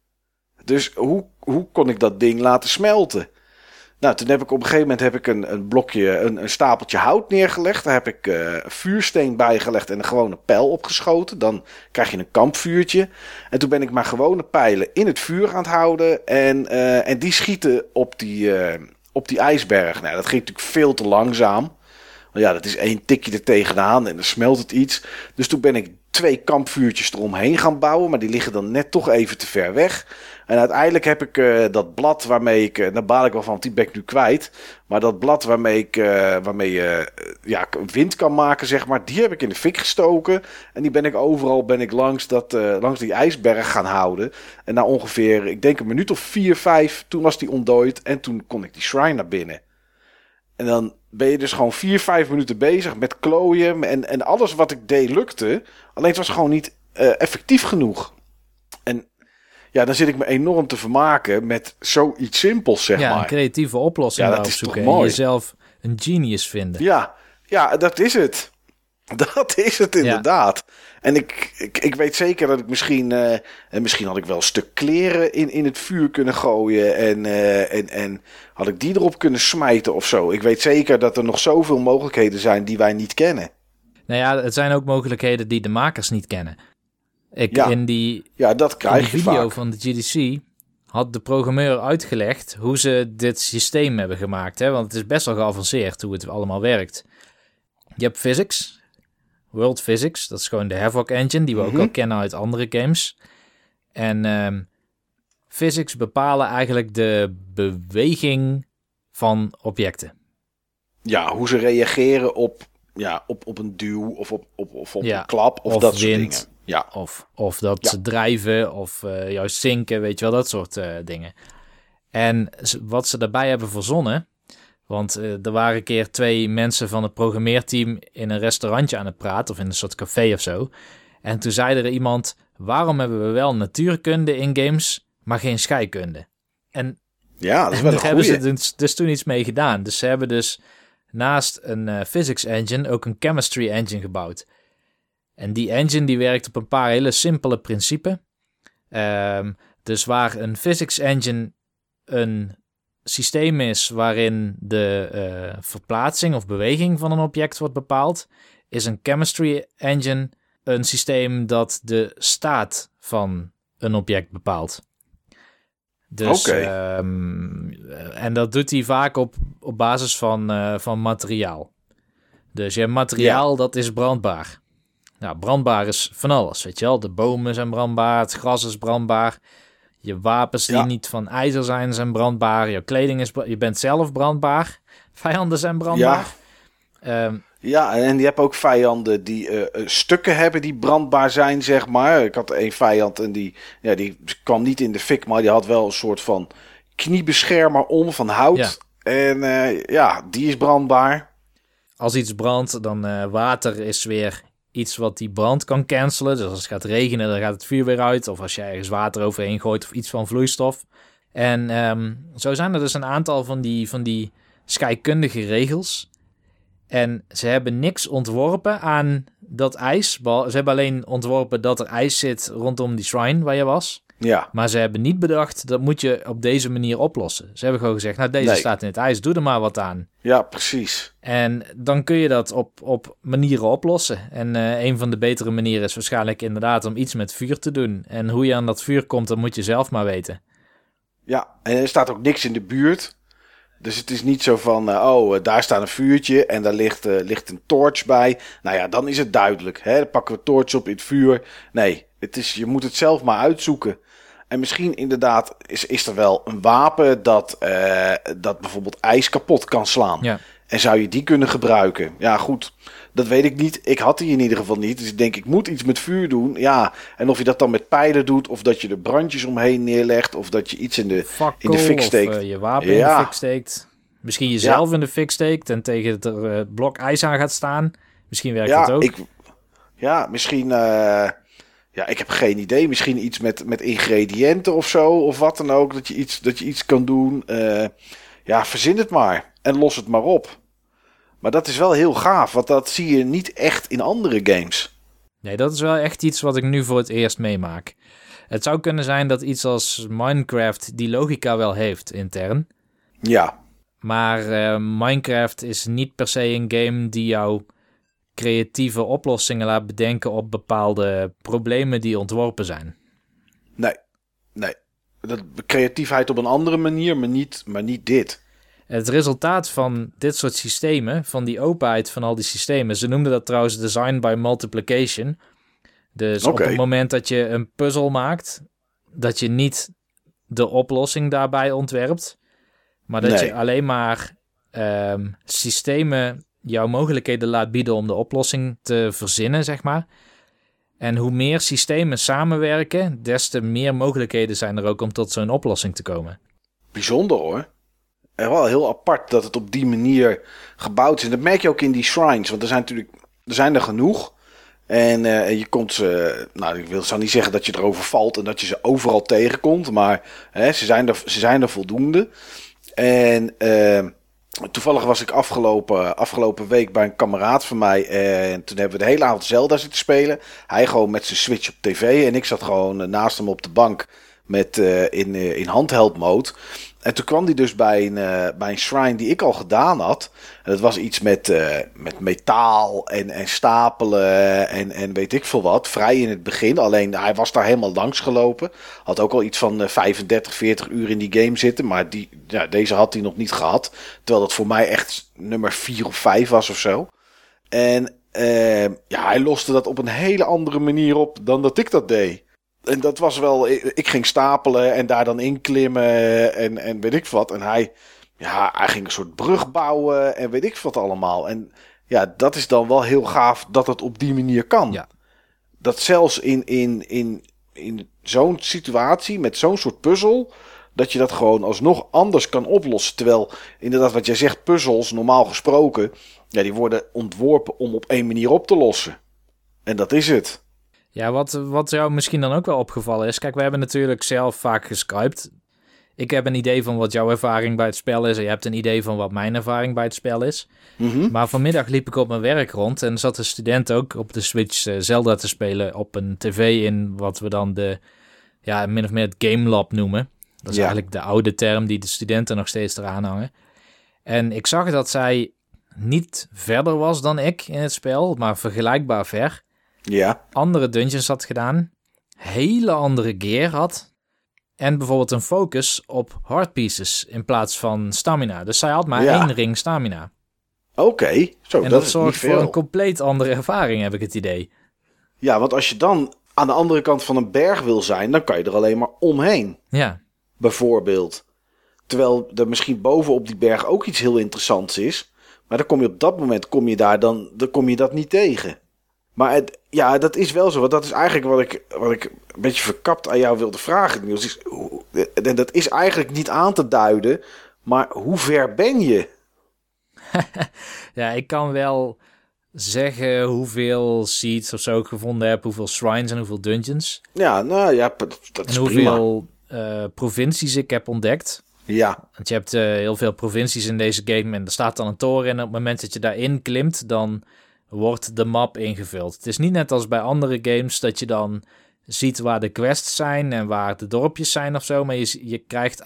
A: Dus hoe kon ik dat ding laten smelten? Nou, toen heb ik op een gegeven moment een blokje, een stapeltje hout neergelegd. Daar heb ik een vuursteen bijgelegd en een gewone pijl opgeschoten. Dan krijg je een kampvuurtje. En toen ben ik maar gewone pijlen in het vuur aan het houden. En die schieten op die ijsberg. Nou, dat ging natuurlijk veel te langzaam. Want ja, dat is 1 tikje er tegenaan en dan smelt het iets. Dus toen ben ik 2 kampvuurtjes eromheen gaan bouwen. Maar die liggen dan net toch even te ver weg. En uiteindelijk heb ik dat blad waarmee ik... daar baal ik wel van, want die ben ik nu kwijt. Maar dat blad waarmee je wind kan maken, zeg maar... die heb ik in de fik gestoken. En die ben ik overal langs die ijsberg gaan houden. En na ongeveer, ik denk een minuut of 4, 5... toen was die ontdooid en toen kon ik die shrine naar binnen. En dan ben je dus gewoon 4, 5 minuten bezig met klooien. En alles wat ik deed lukte. Alleen het was gewoon niet effectief genoeg. En ja, dan zit ik me enorm te vermaken met zoiets simpels, zeg maar.
B: Ja, een creatieve oplossing
A: dat is
B: opzoeken.
A: Toch mooi.
B: En jezelf een genius vinden.
A: Ja, dat is het. Dat is het inderdaad. Ja. En ik weet zeker dat ik misschien had ik wel een stuk kleren in het vuur kunnen gooien. En had ik die erop kunnen smijten of zo. Ik weet zeker dat er nog zoveel mogelijkheden zijn die wij niet kennen.
B: Nou ja, het zijn ook mogelijkheden die de makers niet kennen. In die video van de GDC had de programmeur uitgelegd hoe ze dit systeem hebben gemaakt. Hè? Want het is best wel geavanceerd hoe het allemaal werkt. Je hebt physics, World Physics, dat is gewoon de Havoc engine, die we ook al kennen uit andere games. En physics bepalen eigenlijk de beweging van objecten.
A: Ja, hoe ze reageren op een duw of op een klap of dat soort
B: wind,
A: dingen. Ja.
B: Of dat ze drijven of juist zinken, weet je wel, dat soort dingen. En wat ze daarbij hebben verzonnen, want er waren een keer 2 mensen van het programmeerteam in een restaurantje aan het praten, of in een soort café of zo. En toen zei er iemand, waarom hebben we wel natuurkunde in games, maar geen scheikunde? En
A: ja, dat is wel een
B: daar hebben ze dus toen iets mee gedaan. Dus ze hebben dus naast een physics engine ook een chemistry engine gebouwd. En die engine die werkt op een paar hele simpele principes. Dus waar een physics engine een systeem is waarin de verplaatsing of beweging van een object wordt bepaald, is een chemistry engine een systeem dat de staat van een object bepaalt. Dus, en dat doet hij vaak op basis van materiaal. Dus je hebt materiaal dat is brandbaar. Nou, brandbaar is van alles, weet je wel. De bomen zijn brandbaar, het gras is brandbaar. Je wapens die niet van ijzer zijn brandbaar. Je kleding is je bent zelf brandbaar. Vijanden zijn brandbaar.
A: Ja, en je hebt ook vijanden die stukken hebben die brandbaar zijn, zeg maar. Ik had een vijand en die kwam niet in de fik, maar die had wel een soort van kniebeschermer om van hout. Ja. En die is brandbaar.
B: Als iets brandt, dan water is weer iets wat die brand kan cancelen. Dus als het gaat regenen, dan gaat het vuur weer uit. Of als je ergens water overheen gooit of iets van vloeistof. En zo zijn er dus een aantal van die scheikundige regels. En ze hebben niks ontworpen aan dat ijs. Ze hebben alleen ontworpen dat er ijs zit rondom die shrine waar je was. Ja. Maar ze hebben niet bedacht, dat moet je op deze manier oplossen. Ze hebben gewoon gezegd, nou deze staat in het ijs, doe er maar wat aan.
A: Ja, precies.
B: En dan kun je dat op manieren oplossen. En een van de betere manieren is waarschijnlijk inderdaad om iets met vuur te doen. En hoe je aan dat vuur komt, dat moet je zelf maar weten.
A: Ja, en er staat ook niks in de buurt. Dus het is niet zo van, daar staat een vuurtje en daar ligt een torch bij. Nou ja, dan is het duidelijk. Hè? Dan pakken we torch op in het vuur. Nee, je moet het zelf maar uitzoeken. En misschien inderdaad is er wel een wapen dat bijvoorbeeld ijs kapot kan slaan. Ja. En zou je die kunnen gebruiken? Ja, goed, dat weet ik niet. Ik had die in ieder geval niet. Dus ik denk, ik moet iets met vuur doen. Ja, en of je dat dan met pijlen doet, of dat je er brandjes omheen neerlegt, of dat je iets in de fik steekt.
B: Of je wapen in de fik steekt. Misschien jezelf in de fik steekt en tegen het blok ijs aan gaat staan. Misschien werkt het ook.
A: Misschien... ik heb geen idee. Misschien iets met ingrediënten of zo, of wat dan ook. Dat je iets kan doen. Verzin het maar. En los het maar op. Maar dat is wel heel gaaf, want dat zie je niet echt in andere games.
B: Nee, dat is wel echt iets wat ik nu voor het eerst meemaak. Het zou kunnen zijn dat iets als Minecraft die logica wel heeft intern.
A: Ja.
B: Maar Minecraft is niet per se een game die jou creatieve oplossingen laat bedenken op bepaalde problemen die ontworpen zijn.
A: Nee. Creatiefheid op een andere manier, maar niet dit.
B: Het resultaat van dit soort systemen, van die openheid van al die systemen, ze noemden dat trouwens design by multiplication. Dus op het moment dat je een puzzel maakt, dat je niet de oplossing daarbij ontwerpt, maar dat je alleen maar systemen jouw mogelijkheden laat bieden om de oplossing te verzinnen, zeg maar. En hoe meer systemen samenwerken, des te meer mogelijkheden zijn er ook om tot zo'n oplossing te komen.
A: Bijzonder hoor. En wel heel apart dat het op die manier gebouwd is. En dat merk je ook in die shrines. Want er zijn er genoeg. En je komt ze... Nou, zou niet zeggen dat je erover valt en dat je ze overal tegenkomt. Maar ze zijn er voldoende. En toevallig was ik afgelopen week bij een kameraad van mij. En toen hebben we de hele avond Zelda zitten spelen. Hij gewoon met zijn Switch op tv. En ik zat gewoon naast hem op de bank met in handheld mode. En toen kwam hij dus bij een shrine die ik al gedaan had. En dat was iets met metaal en stapelen en weet ik veel wat. Vrij in het begin. Alleen hij was daar helemaal langs gelopen. Had ook al iets van 35, 40 uur in die game zitten. Maar deze had hij nog niet gehad. Terwijl dat voor mij echt nummer 4 of 5 was of zo. En hij loste dat op een hele andere manier op dan dat ik dat deed. En dat was wel... Ik ging stapelen en daar dan inklimmen en weet ik wat. En hij ging een soort brug bouwen en weet ik wat allemaal. En ja, dat is dan wel heel gaaf dat het op die manier kan. Ja. Dat zelfs in zo'n situatie, met zo'n soort puzzel, dat je dat gewoon alsnog anders kan oplossen. Terwijl, inderdaad, wat jij zegt, puzzels, normaal gesproken, die worden ontworpen om op één manier op te lossen. En dat is het.
B: Ja, wat jou misschien dan ook wel opgevallen is... Kijk, we hebben natuurlijk zelf vaak geskyped. Ik heb een idee van wat jouw ervaring bij het spel is... en je hebt een idee van wat mijn ervaring bij het spel is. Mm-hmm. Maar vanmiddag liep ik op mijn werk rond... en zat een student ook op de Switch Zelda te spelen... op een tv in wat we dan min of meer het Game Lab noemen. Dat is eigenlijk de oude term die de studenten nog steeds eraan hangen. En ik zag dat zij niet verder was dan ik in het spel... maar vergelijkbaar ver...
A: Ja.
B: Andere dungeons had gedaan. Hele andere gear had. En bijvoorbeeld een focus op heart pieces in plaats van stamina. Dus zij had maar 1 ring stamina.
A: Oké, zo,
B: en
A: dat
B: dat zorgt voor een compleet andere ervaring, heb ik het idee.
A: Ja, want als je dan aan de andere kant van een berg wil zijn, dan kan je er alleen maar omheen.
B: Ja.
A: Bijvoorbeeld. Terwijl er misschien bovenop die berg ook iets heel interessants is. Maar dan kom je op dat moment, dan kom je dat niet tegen. Maar dat is wel zo. Want dat is eigenlijk wat ik een beetje verkapt aan jou wilde vragen, Niels. En dat is eigenlijk niet aan te duiden. Maar hoe ver ben je?
B: Ja, ik kan wel zeggen hoeveel seeds of zo ik gevonden heb. Hoeveel shrines en hoeveel dungeons.
A: Ja, nou ja, dat is
B: en hoeveel provincies ik heb ontdekt.
A: Ja.
B: Want je hebt heel veel provincies in deze game en er staat dan een toren en op het moment dat je daarin klimt, dan wordt de map ingevuld. Het is niet net als bij andere games dat je dan ziet waar de quests zijn en waar de dorpjes zijn of zo, maar je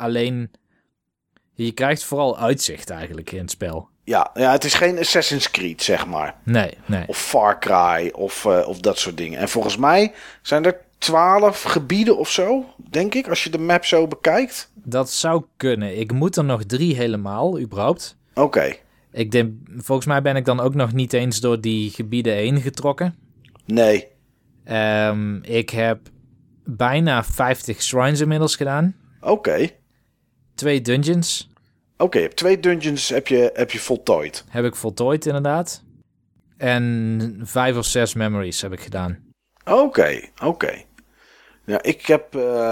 B: krijgt vooral uitzicht eigenlijk in het spel.
A: Ja, het is geen Assassin's Creed, zeg maar.
B: Nee.
A: Of Far Cry of dat soort dingen. En volgens mij zijn er 12 gebieden of zo, denk ik, als je de map zo bekijkt.
B: Dat zou kunnen. Ik moet er nog 3 helemaal, überhaupt.
A: Oké.
B: Ik denk, volgens mij ben ik dan ook nog niet eens door die gebieden heen getrokken.
A: Nee.
B: Ik heb bijna 50 shrines inmiddels gedaan.
A: Oké.
B: 2 dungeons.
A: Oké, je hebt 2 dungeons heb je voltooid.
B: Heb ik voltooid, inderdaad. En 5 of 6 memories heb ik gedaan.
A: Oké. Ja, ik heb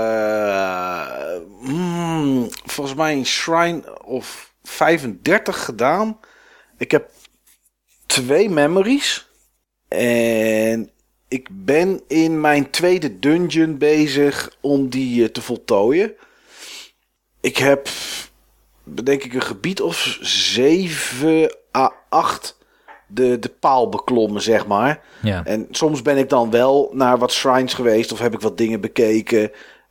A: volgens mij een shrine of 35 gedaan. Ik heb 2 memories. En ik ben in mijn tweede dungeon bezig om die te voltooien. Ik heb, denk ik, een gebied of 7 à 8 de paal beklommen, zeg maar.
B: Ja.
A: En soms ben ik dan wel naar wat shrines geweest of heb ik wat dingen bekeken.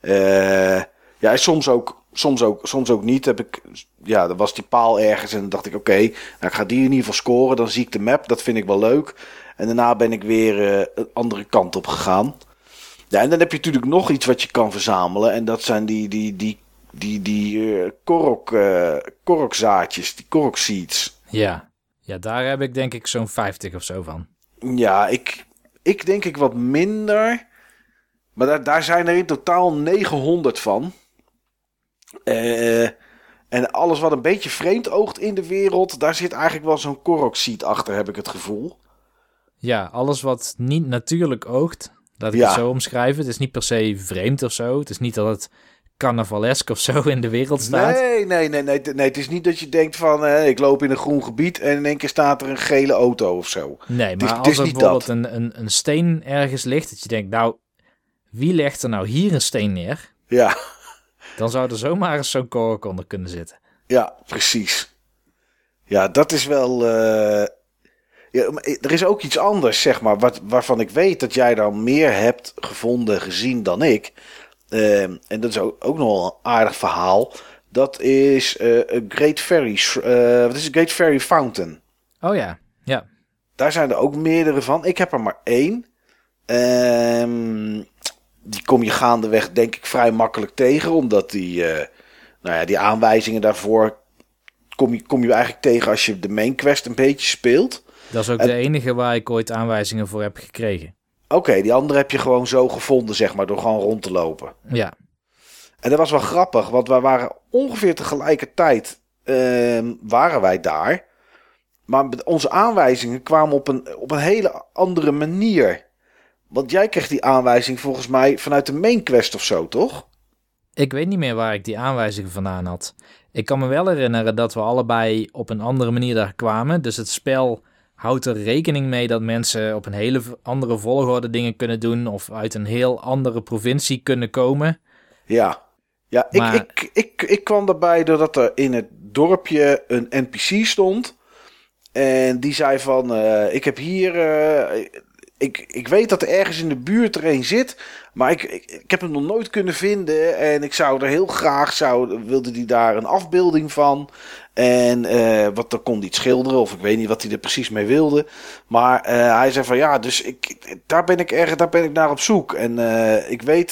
A: Soms ook niet. Er was die paal ergens en dan dacht ik, oké, ik ga die in ieder geval scoren. Dan zie ik de map, dat vind ik wel leuk. En daarna ben ik weer een andere kant op gegaan. Ja, en dan heb je natuurlijk nog iets wat je kan verzamelen. En dat zijn die korokzaadjes, die korok seeds.
B: Ja, daar heb ik denk ik zo'n 50 of zo van.
A: Ja, ik denk ik wat minder. Maar daar zijn er in totaal 900 van. En alles wat een beetje vreemd oogt in de wereld, daar zit eigenlijk wel zo'n korok seed achter, heb ik het gevoel.
B: Ja, alles wat niet natuurlijk oogt, laat ik het zo omschrijven. Het is niet per se vreemd of zo. Het is niet dat het carnavalesk of zo in de wereld staat.
A: Nee. Het is niet dat je denkt van, ik loop in een groen gebied en in één keer staat er een gele auto of zo.
B: Nee, maar als er bijvoorbeeld een steen ergens ligt, dat je denkt, nou, wie legt er nou hier een steen neer?
A: Ja.
B: Dan zou er zomaar eens zo'n korok onder kunnen zitten.
A: Ja, precies. Ja, dat is wel... er is ook iets anders, zeg maar, waarvan ik weet dat jij dan meer hebt gevonden, gezien dan ik. En dat is ook nog wel een aardig verhaal. Dat is Great Fairy. Wat is Great Fairy Fountain?
B: Oh ja.
A: Daar zijn er ook meerdere van. Ik heb er maar 1. Die kom je gaandeweg denk ik vrij makkelijk tegen. Omdat die aanwijzingen daarvoor kom je eigenlijk tegen als je de main quest een beetje speelt.
B: Dat is ook de enige waar ik ooit aanwijzingen voor heb gekregen.
A: Oké, die andere heb je gewoon zo gevonden, zeg maar, door gewoon rond te lopen.
B: Ja.
A: En dat was wel grappig, want wij waren ongeveer tegelijkertijd waren wij daar. Maar onze aanwijzingen kwamen op een hele andere manier. Want jij kreeg die aanwijzing volgens mij vanuit de main quest of zo, toch?
B: Ik weet niet meer waar ik die aanwijzingen vandaan had. Ik kan me wel herinneren dat we allebei op een andere manier daar kwamen. Dus het spel houdt er rekening mee dat mensen op een hele andere volgorde dingen kunnen doen of uit een heel andere provincie kunnen komen.
A: Ja, maar... ik kwam daarbij doordat er in het dorpje een NPC stond. En die zei van, ik heb hier... Ik weet dat er ergens in de buurt er een zit, maar ik heb hem nog nooit kunnen vinden. En ik zou er heel graag, wilde die daar een afbeelding van. En dan kon hij het schilderen, of ik weet niet wat hij er precies mee wilde. Maar hij zei van ja, dus daar ben ik naar op zoek. En ik weet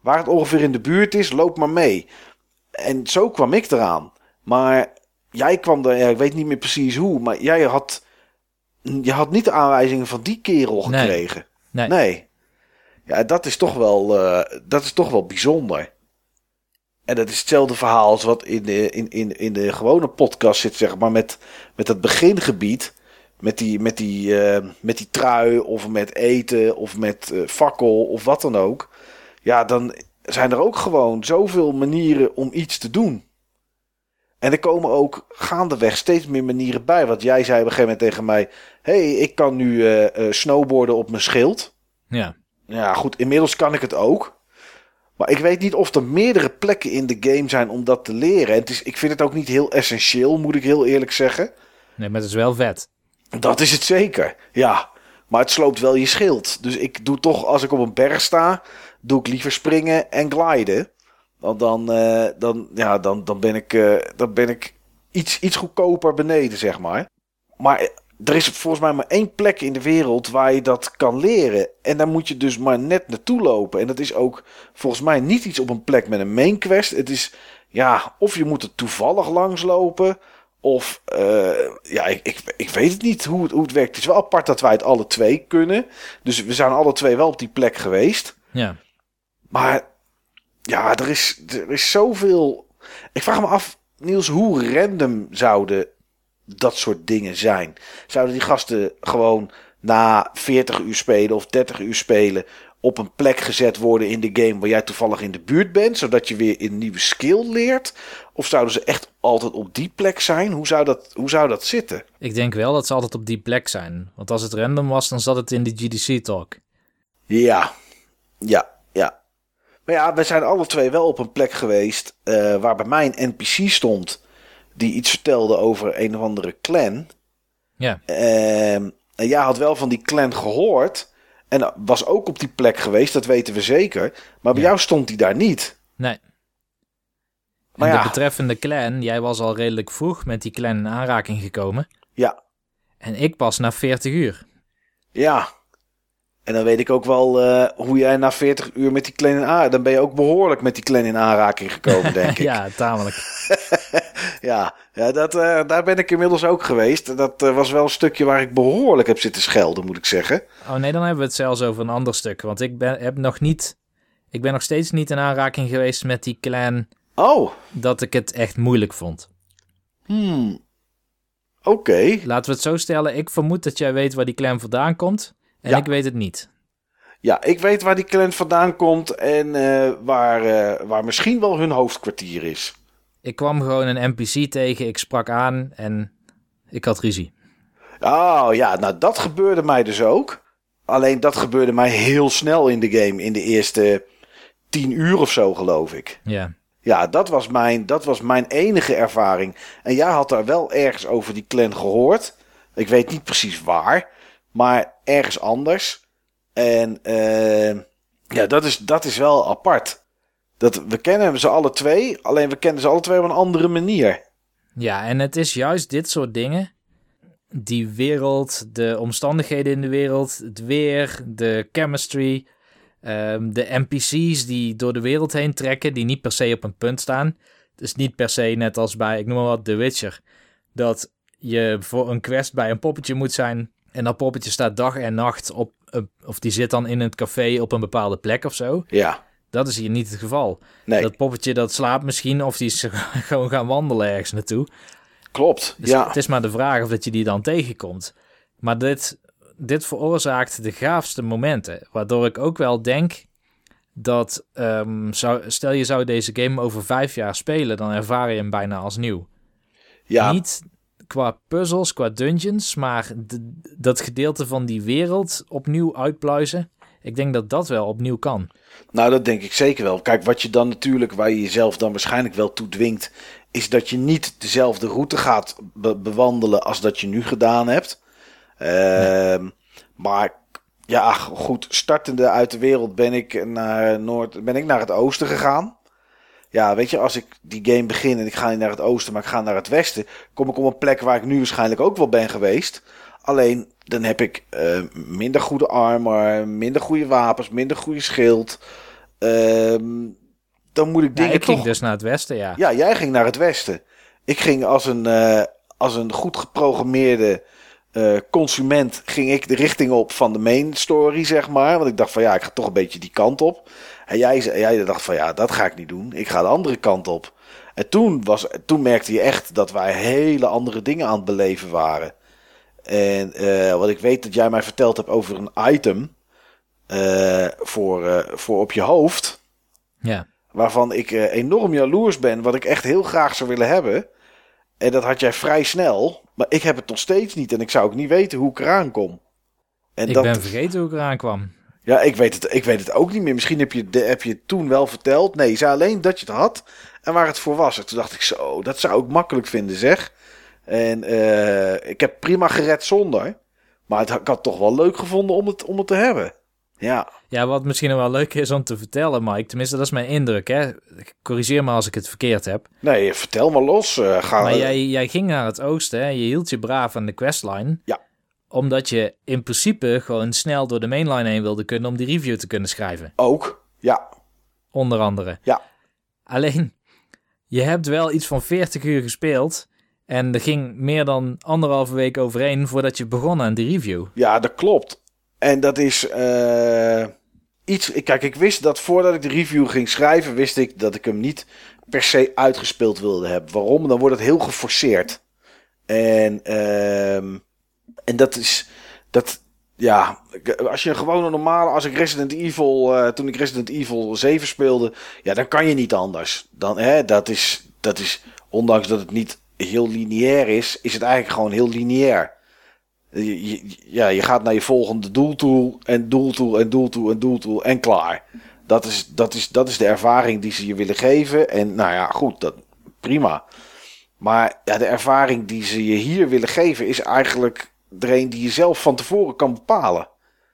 A: Waar het ongeveer in de buurt is, loop maar mee. En zo kwam ik eraan. Maar jij kwam er, ik weet niet meer precies hoe, maar je had niet de aanwijzingen van die kerel gekregen. Nee. Ja, dat is toch wel bijzonder. En dat is hetzelfde verhaal als wat in de gewone podcast zit, zeg maar, met dat begingebied. Met die trui of met eten of met fakkel of wat dan ook. Ja, dan zijn er ook gewoon zoveel manieren om iets te doen. En er komen ook gaandeweg steeds meer manieren bij. Want jij zei op een gegeven moment tegen mij... ik kan nu snowboarden op mijn schild.
B: Ja.
A: Ja, goed, inmiddels kan ik het ook. Maar ik weet niet of er meerdere plekken in de game zijn om dat te leren. En ik vind het ook niet heel essentieel, moet ik heel eerlijk zeggen.
B: Nee, maar het is wel vet. Dat
A: is het zeker, ja. Maar het sloopt wel je schild. Dus ik doe toch, als ik op een berg sta... doe ik liever springen en gliden. Dan ben ik iets goedkoper beneden, zeg maar. Maar er is volgens mij maar 1 plek in de wereld waar je dat kan leren. En daar moet je dus maar net naartoe lopen. En dat is ook volgens mij niet iets op een plek met een main quest. Het is, of je moet er toevallig langslopen... Of, ik weet het niet hoe het werkt. Het is wel apart dat wij het alle twee kunnen. Dus we zijn alle twee wel op die plek geweest.
B: Ja.
A: Maar, er is zoveel... Ik vraag me af, Niels, hoe random zouden dat soort dingen zijn? Zouden die gasten gewoon na 40 uur spelen of 30 uur spelen... op een plek gezet worden in de game waar jij toevallig in de buurt bent... zodat je weer een nieuwe skill leert? Of zouden ze echt altijd op die plek zijn? Hoe zou dat zitten?
B: Ik denk wel dat ze altijd op die plek zijn. Want als het random was, dan zat het in de GDC-talk.
A: Ja. Maar ja, we zijn alle twee wel op een plek geweest... waar bij mij een NPC stond... die iets vertelde over een of andere clan.
B: Ja.
A: En jij had wel van die clan gehoord... en was ook op die plek geweest, dat weten we zeker. Maar bij jou stond die daar niet.
B: Nee. Maar de betreffende clan, jij was al redelijk vroeg met die clan in aanraking gekomen.
A: Ja.
B: En ik pas na 40 uur.
A: Ja. En dan weet ik ook wel hoe jij na 40 uur met die clan in aanraking... Dan ben je ook behoorlijk met die clan in aanraking gekomen, denk ik.
B: Ja, tamelijk.
A: Daar ben ik inmiddels ook geweest. Dat was wel een stukje waar ik behoorlijk heb zitten schelden, moet ik zeggen.
B: Oh nee, dan hebben we het zelfs over een ander stuk. Want ik ben nog steeds niet in aanraking geweest met die clan...
A: Oh.
B: Dat ik het echt moeilijk vond.
A: Oké.
B: Laten we het zo stellen. Ik vermoed dat jij weet waar die clan vandaan komt. En ik weet het niet.
A: Ja, ik weet waar die clan vandaan komt. En waar misschien wel hun hoofdkwartier is.
B: Ik kwam gewoon een NPC tegen. Ik sprak aan en ik had ruzie.
A: Oh ja, nou dat gebeurde mij dus ook. Alleen dat gebeurde mij heel snel in de game. In de eerste 10 uur of zo, geloof ik.
B: Ja.
A: Ja, dat was mijn enige ervaring. En jij had daar wel ergens over die clan gehoord. Ik weet niet precies waar, maar ergens anders. En dat is wel apart. We kennen ze alle twee, alleen we kennen ze alle twee op een andere manier.
B: Ja, en het is juist dit soort dingen. Die wereld, de omstandigheden in de wereld, het weer, de chemistry... de NPC's die door de wereld heen trekken, die niet per se op een punt staan. Dus niet per se net als bij, ik noem maar wat, The Witcher. Dat je voor een quest bij een poppetje moet zijn. En dat poppetje staat dag en nacht of die zit dan in het café op een bepaalde plek of zo.
A: Ja.
B: Dat is hier niet het geval.
A: Nee.
B: Dat poppetje dat slaapt misschien of die is gewoon gaan wandelen ergens naartoe.
A: Klopt,
B: dus
A: ja.
B: Het is maar de vraag of dat je die dan tegenkomt. Maar dit veroorzaakt de gaafste momenten. Waardoor ik ook wel denk dat... stel je zou deze game over 5 jaar spelen... dan ervaar je hem bijna als nieuw. Ja. Niet qua puzzels, qua dungeons... maar dat gedeelte van die wereld opnieuw uitpluizen... ik denk dat dat wel opnieuw kan.
A: Nou, dat denk ik zeker wel. Kijk, wat je dan natuurlijk... waar je jezelf dan waarschijnlijk wel toe dwingt... is dat je niet dezelfde route gaat bewandelen... als dat je nu gedaan hebt... Nee. Maar ja, goed, startende uit de wereld ben ik naar het oosten gegaan. Ja, weet je, als ik die game begin en ik ga niet naar het oosten, maar ik ga naar het westen, kom ik op een plek waar ik nu waarschijnlijk ook wel ben geweest. Alleen, dan heb ik minder goede armor, minder goede wapens, minder goede schild. dan moet ik dingen
B: ik ging dus naar het westen, ja.
A: Ja, jij ging naar het westen. Ik ging als een goed geprogrammeerde consument... ging ik de richting op van de main story, zeg maar. Want ik dacht van ja, ik ga toch een beetje die kant op. En jij dacht van ja, dat ga ik niet doen. Ik ga de andere kant op. En toen merkte je echt dat wij hele andere dingen aan het beleven waren. En wat ik weet dat jij mij verteld hebt over een item... voor op je hoofd...
B: Ja.
A: Waarvan ik enorm jaloers ben. Wat ik echt heel graag zou willen hebben. En dat had jij vrij snel. Maar ik heb het nog steeds niet. En ik zou ook niet weten hoe ik eraan kom. En
B: ik ben vergeten hoe ik eraan kwam.
A: Ja, ik weet het ook niet meer. Misschien heb je het toen wel verteld. Nee, je zei alleen dat je het had. En waar het voor was. En toen dacht ik zo, dat zou ik makkelijk vinden zeg. En ik heb prima gered zonder. Maar ik had het toch wel leuk gevonden om het te hebben. Ja.
B: Ja, wat misschien nog wel leuk is om te vertellen, Mike. Tenminste, dat is mijn indruk, hè. Corrigeer me als ik het verkeerd heb.
A: Nee, vertel maar los.
B: Maar jij ging naar het oosten, hè. Je hield je braaf aan de questline.
A: Ja.
B: Omdat je in principe gewoon snel door de mainline heen wilde kunnen om die review te kunnen schrijven.
A: Ook, ja.
B: Onder andere.
A: Ja.
B: Alleen, je hebt wel iets van 40 uur gespeeld... En er ging meer dan 1,5 week overheen voordat je begon aan die review.
A: Ja, dat klopt. En dat is iets... Kijk, ik wist dat voordat ik de review ging schrijven... wist ik dat ik hem niet per se uitgespeeld wilde hebben. Waarom? Dan wordt het heel geforceerd. En dat is... Ja, als je een gewone normale... Als ik Resident Evil... toen ik Resident Evil 7 speelde... Ja, dan kan je niet anders. Dat is... Ondanks dat het niet heel lineair is... is het eigenlijk gewoon heel lineair. Je gaat naar je volgende doeltool en doeltool en doeltool en doeltool en klaar. Dat is de ervaring die ze je willen geven. En nou ja, goed, prima. Maar ja, de ervaring die ze je hier willen geven is eigenlijk er een die je zelf van tevoren kan bepalen.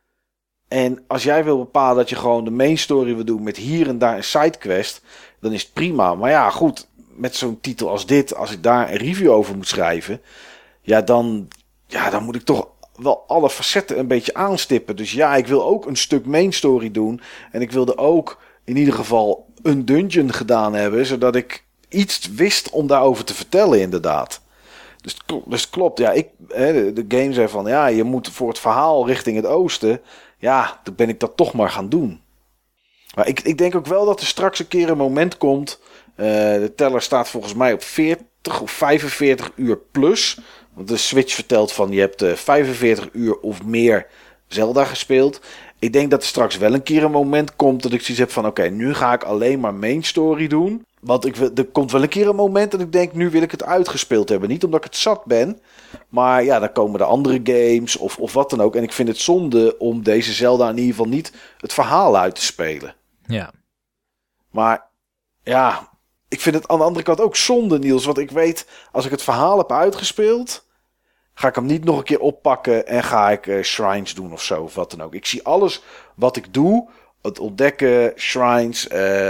A: En als jij wil bepalen dat je gewoon de main story wil doen met hier en daar een sidequest, dan is het prima. Maar ja, goed, met zo'n titel als dit, als ik daar een review over moet schrijven, dan moet ik toch wel alle facetten een beetje aanstippen. Dus ja, ik wil ook een stuk main story doen. En ik wilde ook in ieder geval een dungeon gedaan hebben, zodat ik iets wist om daarover te vertellen inderdaad. Dus klopt, ja, de game zei van, ja, je moet voor het verhaal richting het oosten. Ja, dan ben ik dat toch maar gaan doen. Maar ik denk ook wel dat er straks een keer een moment komt. De teller staat volgens mij op 40 of 45 uur plus. Want de Switch vertelt van je hebt 45 uur of meer Zelda gespeeld. Ik denk dat er straks wel een keer een moment komt dat ik zoiets heb van oké, nu ga ik alleen maar main story doen. Want er komt wel een keer een moment dat ik denk, nu wil ik het uitgespeeld hebben. Niet omdat ik het zat ben, maar ja, dan komen er andere games of wat dan ook. En ik vind het zonde om deze Zelda in ieder geval niet het verhaal uit te spelen.
B: Ja.
A: Maar ja, ik vind het aan de andere kant ook zonde, Niels. Want ik weet, als ik het verhaal heb uitgespeeld, ga ik hem niet nog een keer oppakken en ga ik shrines doen of zo, of wat dan ook. Ik zie alles wat ik doe, het ontdekken, shrines,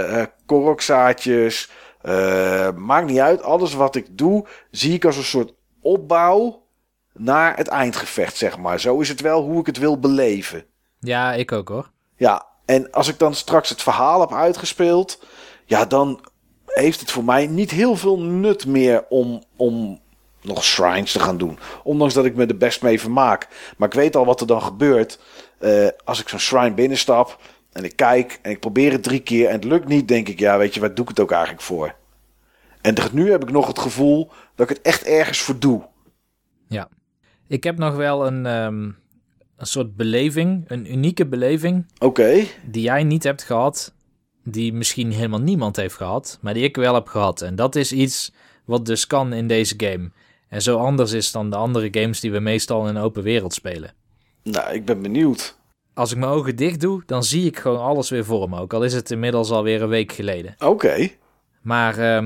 A: korokzaadjes, maakt niet uit. Alles wat ik doe, zie ik als een soort opbouw naar het eindgevecht, zeg maar. Zo is het wel hoe ik het wil beleven.
B: Ja, ik ook hoor.
A: Ja, en als ik dan straks het verhaal heb uitgespeeld, ja, dan heeft het voor mij niet heel veel nut meer om nog shrines te gaan doen. Ondanks dat ik me er best mee vermaak. Maar ik weet al wat er dan gebeurt als ik zo'n shrine binnenstap en ik kijk en ik probeer het 3 keer en het lukt niet, denk ik, ja, weet je, waar doe ik het ook eigenlijk voor? En nu heb ik nog het gevoel dat ik het echt ergens voor doe.
B: Ja, ik heb nog wel een soort beleving, een unieke beleving.
A: Oké.
B: Die jij niet hebt gehad, die misschien helemaal niemand heeft gehad, maar die ik wel heb gehad. En dat is iets wat dus kan in deze game. En zo anders is dan de andere games die we meestal in een open wereld spelen.
A: Nou, ik ben benieuwd.
B: Als ik mijn ogen dicht doe, dan zie ik gewoon alles weer voor me. Ook al is het inmiddels alweer een week geleden.
A: Oké.
B: Maar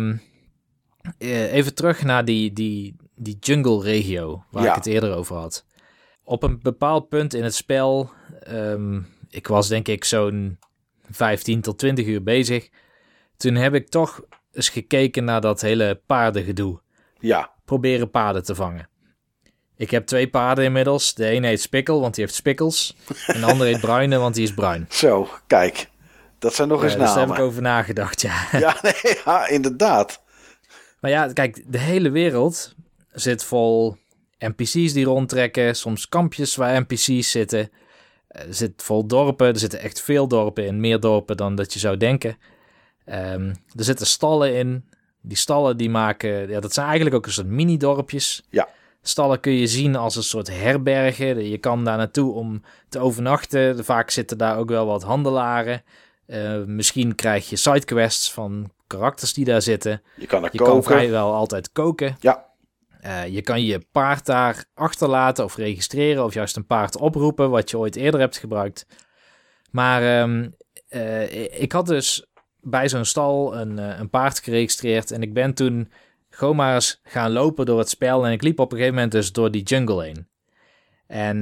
B: even terug naar die jungle regio, waar ik het eerder over had. Op een bepaald punt in het spel, ik was denk ik zo'n 15 tot 20 uur bezig. Toen heb ik toch eens gekeken naar dat hele paardengedoe.
A: Ja.
B: Proberen paarden te vangen. Ik heb 2 paarden inmiddels. De ene heet Spikkel, want die heeft spikkels. En de andere heet Bruine, want die is bruin.
A: Zo, kijk. Dat zijn nog eens namen.
B: Dus daar heb ik over nagedacht, ja.
A: Ja, inderdaad.
B: Maar ja, kijk, de hele wereld zit vol NPC's die rondtrekken. Soms kampjes waar NPC's zitten. Er zit vol dorpen. Er zitten echt veel dorpen in. Meer dorpen dan dat je zou denken. Er zitten stallen in. Die stallen die maken... Ja, dat zijn eigenlijk ook een soort mini-dorpjes.
A: Ja.
B: Stallen kun je zien als een soort herbergen. Je kan daar naartoe om te overnachten. Vaak zitten daar ook wel wat handelaren. Misschien krijg je sidequests van karakters die daar zitten.
A: Je kan koken.
B: Kan vrijwel altijd koken.
A: Ja.
B: Je kan je paard daar achterlaten of registreren... of juist een paard oproepen, wat je ooit eerder hebt gebruikt. Maar ik had dus bij zo'n stal een paard geregistreerd... en ik ben toen gewoon maar eens gaan lopen door het spel... en ik liep op een gegeven moment dus door die jungle heen. En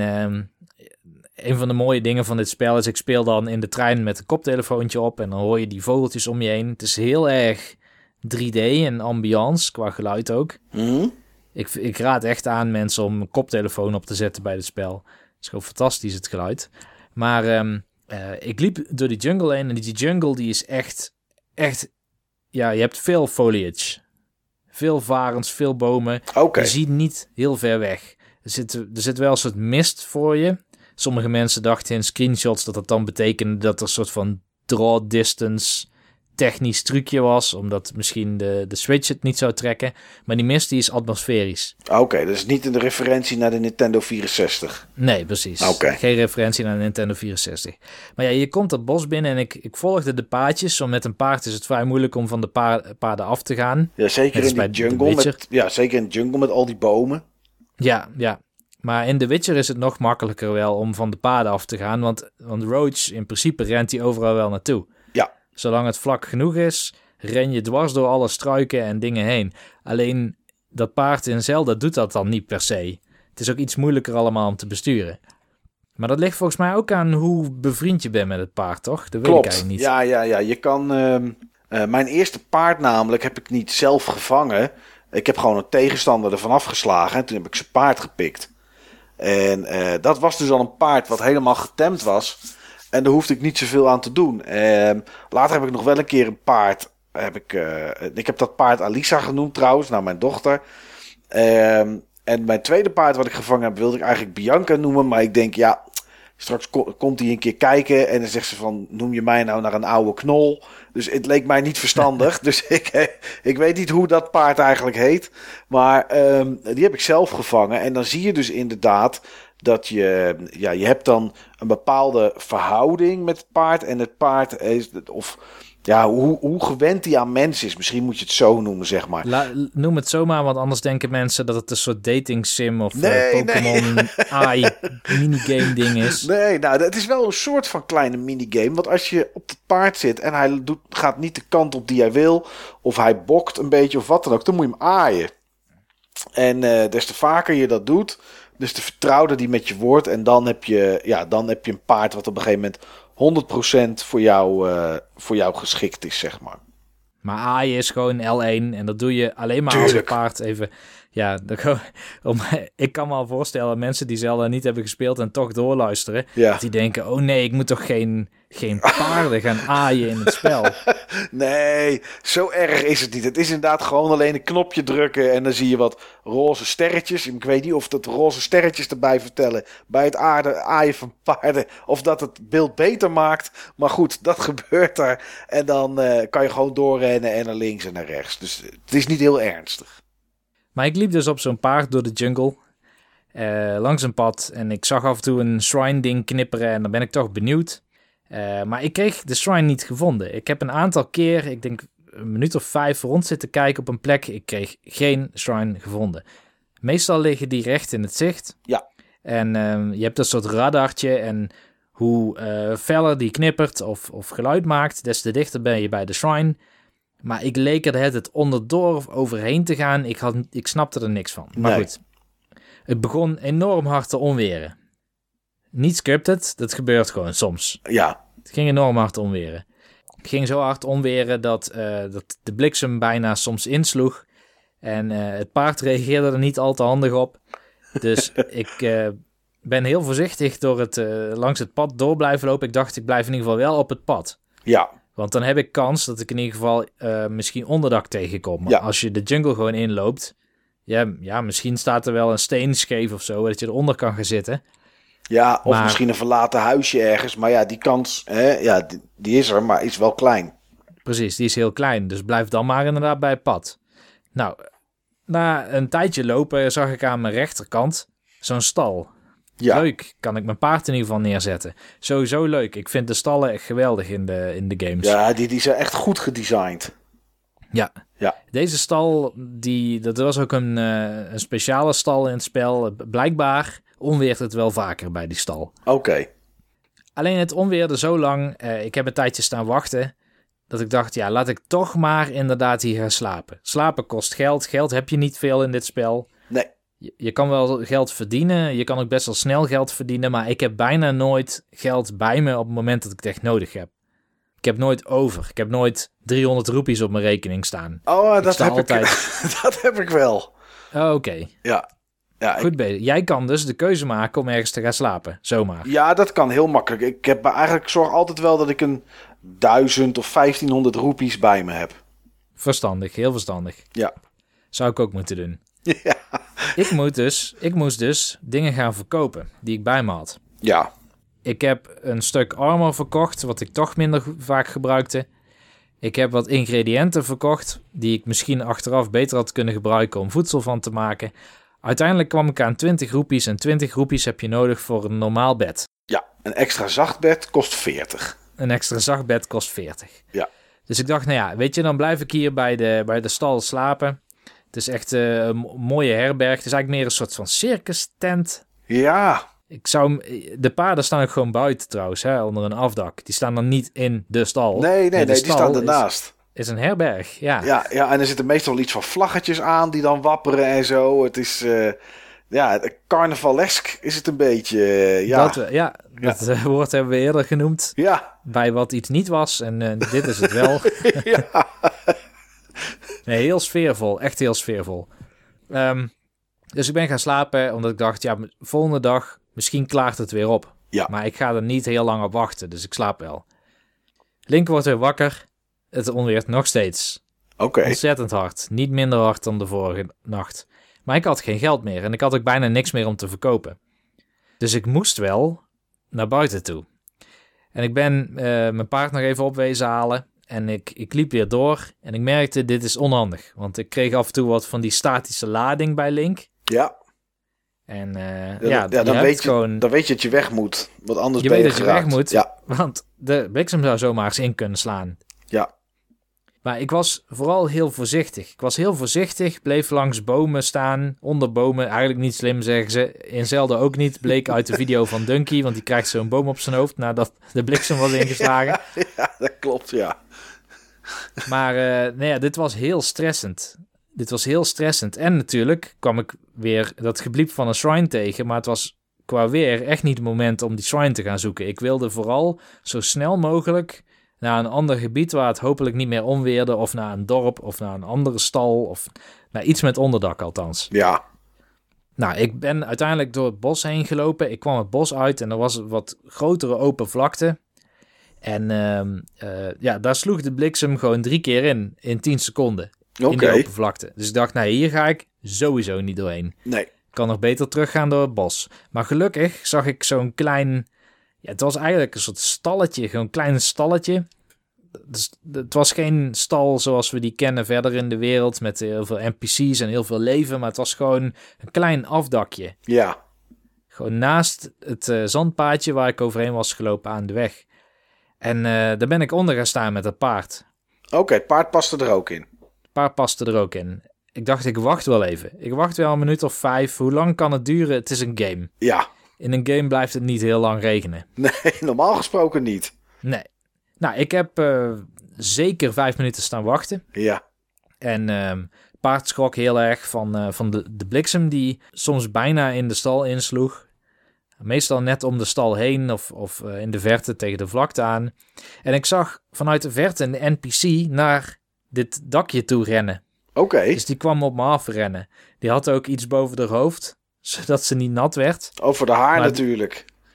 B: een van de mooie dingen van dit spel is... ik speel dan in de trein met een koptelefoontje op... en dan hoor je die vogeltjes om je heen. Het is heel erg 3D en ambiance, qua geluid ook.
A: Mm-hmm.
B: Ik raad echt aan mensen om een koptelefoon op te zetten bij dit spel. Het is gewoon fantastisch, het geluid. Maar ik liep door die jungle heen... en die jungle die is echt... Ja, je hebt veel foliage. Veel varens, veel bomen.
A: Okay.
B: Je ziet niet heel ver weg. Er zit wel een soort mist voor je. Sommige mensen dachten in screenshots dat dan betekende... dat er een soort van draw distance... technisch trucje was, omdat misschien de Switch het niet zou trekken. Maar die mist die is atmosferisch.
A: Oké, dus niet een referentie naar de Nintendo 64.
B: Nee, precies. Geen referentie naar de Nintendo 64. Maar ja, je komt dat bos binnen en ik volgde de paadjes. Zo met een paard is het vrij moeilijk om van de paden af te gaan.
A: Ja, zeker in die jungle. Zeker in de jungle met al die bomen.
B: Ja. Maar in The Witcher is het nog makkelijker wel om van de paden af te gaan. Want Roach, in principe rent hij overal wel naartoe.
A: Ja.
B: Zolang het vlak genoeg is, ren je dwars door alle struiken en dingen heen. Alleen dat paard in Zelda doet dat dan niet per se. Het is ook iets moeilijker allemaal om te besturen. Maar dat ligt volgens mij ook aan hoe bevriend je bent met het paard, toch? Dat weet ik eigenlijk niet.
A: Ja. Je kan... mijn eerste paard namelijk heb ik niet zelf gevangen. Ik heb gewoon een tegenstander ervan afgeslagen. En toen heb ik zijn paard gepikt. En dat was dus al een paard wat helemaal getemd was... En daar hoefde ik niet zoveel aan te doen. Later heb ik nog wel een keer een paard. Ik heb dat paard Alisa genoemd trouwens, naar mijn dochter. En mijn tweede paard wat ik gevangen heb, wilde ik eigenlijk Bianca noemen. Maar ik denk, ja, straks komt hij een keer kijken. En dan zegt ze van, noem je mij nou naar een oude knol? Dus het leek mij niet verstandig. Dus ik weet niet hoe dat paard eigenlijk heet. Maar die heb ik zelf gevangen. En dan zie je dus inderdaad... dat je hebt dan een bepaalde verhouding met het paard. En het paard is... hoe gewend hij aan mensen is. Misschien moet je het zo noemen, zeg maar.
B: Noem het zomaar, want anders denken mensen dat het een soort dating sim of Pokémon AI minigame ding is.
A: Nee, nou, het is wel een soort van kleine minigame. Want als je op het paard zit en hij gaat niet de kant op die hij wil... of hij bokt een beetje of wat dan ook, dan moet je hem aaien. En des te vaker je dat doet... Dus de vertrouwde die met je wordt. En dan heb je een paard wat op een gegeven moment 100% voor jou geschikt is, zeg maar.
B: Maar aaien is gewoon L1. En dat doe je alleen maar als het paard even... Ja, ik kan me al voorstellen, mensen die Zelda niet hebben gespeeld en toch doorluisteren, die denken, oh nee, ik moet toch geen paarden gaan aaien in het spel.
A: Nee, zo erg is het niet. Het is inderdaad gewoon alleen een knopje drukken en dan zie je wat roze sterretjes. Ik weet niet of dat roze sterretjes erbij vertellen bij het aaien van paarden, of dat het beeld beter maakt. Maar goed, dat gebeurt er. En dan kan je gewoon doorrennen en naar links en naar rechts. Dus het is niet heel ernstig.
B: Maar ik liep dus op zo'n paard door de jungle, langs een pad. En ik zag af en toe een shrine ding knipperen en dan ben ik toch benieuwd. Maar ik kreeg de shrine niet gevonden. Ik heb een aantal keer, ik denk een minuut of 5 rond zitten kijken op een plek. Ik kreeg geen shrine gevonden. Meestal liggen die recht in het zicht.
A: Ja.
B: En je hebt een soort radartje en hoe feller die knippert of geluid maakt, des te dichter ben je bij de shrine. Maar ik leek er het onderdoor of overheen te gaan. Ik snapte er niks van. Maar goed, het begon enorm hard te onweren. Niet scripted, dat gebeurt gewoon soms.
A: Ja.
B: Het ging enorm hard onweren. Het ging zo hard onweren dat de bliksem bijna soms insloeg. En het paard reageerde er niet al te handig op. Dus ik ben heel voorzichtig door langs het pad door blijven lopen. Ik dacht, ik blijf in ieder geval wel op het pad.
A: Ja.
B: Want dan heb ik kans dat ik in ieder geval misschien onderdak tegenkom. Maar als je de jungle gewoon inloopt... Ja, misschien staat er wel een steen scheef of zo... dat je eronder kan gaan zitten.
A: Ja, of misschien een verlaten huisje ergens. Maar ja, die kans, die is er, maar is wel klein.
B: Precies, die is heel klein. Dus blijf dan maar inderdaad bij het pad. Nou, na een tijdje lopen zag ik aan mijn rechterkant zo'n stal. Ja. Leuk, kan ik mijn paard in ieder geval neerzetten. Sowieso leuk. Ik vind de stallen echt geweldig in de games.
A: Ja, die zijn echt goed gedesigned.
B: Ja. Deze stal, dat was ook een speciale stal in het spel. Blijkbaar onweert het wel vaker bij die stal.
A: Oké.
B: Alleen het onweerde zo lang. Ik heb een tijdje staan wachten. Dat ik dacht, laat ik toch maar inderdaad hier gaan slapen. Slapen kost geld. Geld heb je niet veel in dit spel.
A: Nee.
B: Je kan wel geld verdienen. Je kan ook best wel snel geld verdienen. Maar ik heb bijna nooit geld bij me op het moment dat ik het echt nodig heb. Ik heb nooit over. Ik heb nooit 300 roepies op mijn rekening staan.
A: Oh, dat heb altijd... dat heb ik wel.
B: Oh, oké.
A: Ja.
B: Goed bezig. Jij kan dus de keuze maken om ergens te gaan slapen. Zomaar.
A: Ja, dat kan heel makkelijk. Ik heb eigenlijk zorg altijd wel dat ik een 1000 of 1500 roepies bij me heb.
B: Verstandig. Heel verstandig.
A: Ja.
B: Zou ik ook moeten doen.
A: Ja.
B: Ik moest dus dingen gaan verkopen die ik bij me had.
A: Ja.
B: Ik heb een stuk armor verkocht, wat ik toch minder vaak gebruikte. Ik heb wat ingrediënten verkocht, die ik misschien achteraf beter had kunnen gebruiken om voedsel van te maken. Uiteindelijk kwam ik aan 20 roepies en 20 roepies heb je nodig voor een normaal bed.
A: Ja, een extra zacht bed kost 40.
B: Een extra zacht bed kost 40.
A: Ja.
B: Dus ik dacht, weet je, dan blijf ik hier bij de stal slapen. Het is echt een mooie herberg. Het is eigenlijk meer een soort van circus tent.
A: Ja.
B: De paarden staan ook gewoon buiten trouwens, onder een afdak. Die staan dan niet in de stal.
A: Nee, die staan ernaast.
B: Is een herberg, ja.
A: Ja, en er zitten meestal iets van vlaggetjes aan die dan wapperen en zo. Het is, carnavalesk is het een beetje,
B: Dat woord hebben we eerder genoemd.
A: Ja.
B: Bij wat iets niet was en dit is het wel.
A: Ja.
B: Nee, heel sfeervol, echt heel sfeervol. Dus ik ben gaan slapen, omdat ik dacht, volgende dag, misschien klaart het weer op.
A: Ja.
B: Maar ik ga er niet heel lang op wachten, dus ik slaap wel. Link wordt weer wakker. Het onweert nog steeds.
A: Oké.
B: Ontzettend hard. Niet minder hard dan de vorige nacht. Maar ik had geen geld meer en ik had ook bijna niks meer om te verkopen. Dus ik moest wel naar buiten toe. En ik ben mijn paard nog even opwezen halen. En ik liep weer door en ik merkte, dit is onhandig. Want ik kreeg af en toe wat van die statische lading bij Link.
A: Ja.
B: En
A: dan weet je dat je weg moet. Want anders ben je
B: weet dat
A: geraakt.
B: je weg moet,
A: ja.
B: Want de bliksem zou zomaar eens in kunnen slaan.
A: Ja.
B: Maar ik was vooral heel voorzichtig. Ik was heel voorzichtig, bleef langs bomen staan, onder bomen. Eigenlijk niet slim, zeggen ze. In Zelda ook niet, bleek uit de video van Dunky, want die krijgt zo'n boom op zijn hoofd nadat de bliksem was ingeslagen.
A: Ja, dat klopt, ja.
B: Maar dit was heel stressend. En natuurlijk kwam ik weer dat gebliep van een shrine tegen, maar het was qua weer echt niet het moment om die shrine te gaan zoeken. Ik wilde vooral zo snel mogelijk naar een ander gebied waar het hopelijk niet meer onweerde, of naar een dorp, of naar een andere stal, of naar iets met onderdak althans.
A: Ja.
B: Nou, ik ben uiteindelijk door het bos heen gelopen. Ik kwam het bos uit en er was een wat grotere open vlakte. En daar sloeg de bliksem gewoon 3 keer in 10 seconden. In die open vlakte. Dus ik dacht, hier ga ik sowieso niet doorheen.
A: Nee.
B: Ik kan nog beter teruggaan door het bos. Maar gelukkig zag ik zo'n klein... Ja, het was eigenlijk een soort stalletje. Gewoon een klein stalletje. Dus het was geen stal zoals we die kennen verder in de wereld. Met heel veel NPC's en heel veel leven. Maar het was gewoon een klein afdakje.
A: Ja.
B: Gewoon naast het zandpaadje waar ik overheen was gelopen aan de weg. En daar ben ik onder gaan staan met het paard.
A: Oké, paard paste er ook in.
B: Paard paste er ook in. Ik dacht, ik wacht wel even. Ik wacht wel een minuut of 5. Hoe lang kan het duren? Het is een game.
A: Ja.
B: In een game blijft het niet heel lang regenen.
A: Nee, normaal gesproken niet.
B: Nee. Nou, ik heb zeker 5 minuten staan wachten.
A: Ja.
B: En paard schrok heel erg van de bliksem die soms bijna in de stal insloeg. Meestal net om de stal heen of in de verte tegen de vlakte aan. En ik zag vanuit de verte een NPC naar dit dakje toe rennen.
A: Oké.
B: Dus die kwam op me afrennen. Die had ook iets boven haar hoofd, zodat ze niet nat werd.
A: Over de haar natuurlijk.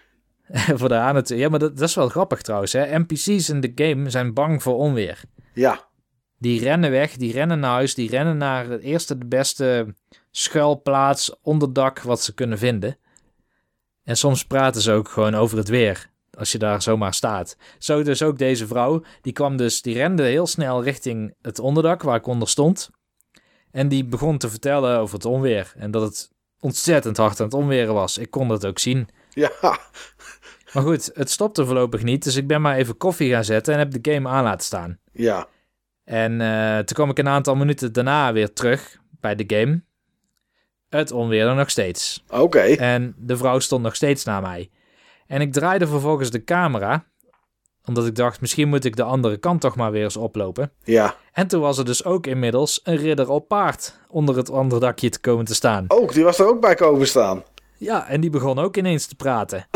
B: voor de hanen. Ja, maar dat is wel grappig trouwens. Hè? NPC's in de game zijn bang voor onweer.
A: Ja.
B: Die rennen weg, die rennen naar huis, die rennen naar het eerste de beste schuilplaats, onderdak wat ze kunnen vinden. En soms praten ze ook gewoon over het weer, als je daar zomaar staat. Zo dus ook deze vrouw, die rende heel snel richting het onderdak waar ik onder stond. En die begon te vertellen over het onweer. En dat het ontzettend hard aan het onweren was. Ik kon dat ook zien.
A: Ja.
B: Maar goed, het stopte voorlopig niet. Dus ik ben maar even koffie gaan zetten en heb de game aan laten staan.
A: Ja.
B: En toen kwam ik een aantal minuten daarna weer terug bij de game. Het onweerde nog steeds.
A: Oké.
B: En de vrouw stond nog steeds naar mij. En ik draaide vervolgens de camera, omdat ik dacht, misschien moet ik de andere kant toch maar weer eens oplopen.
A: Ja.
B: En toen was er dus ook inmiddels een ridder op paard onder het onderdakje te komen te staan.
A: Ook, die was er ook bij komen staan.
B: Ja, en die begon ook ineens te praten.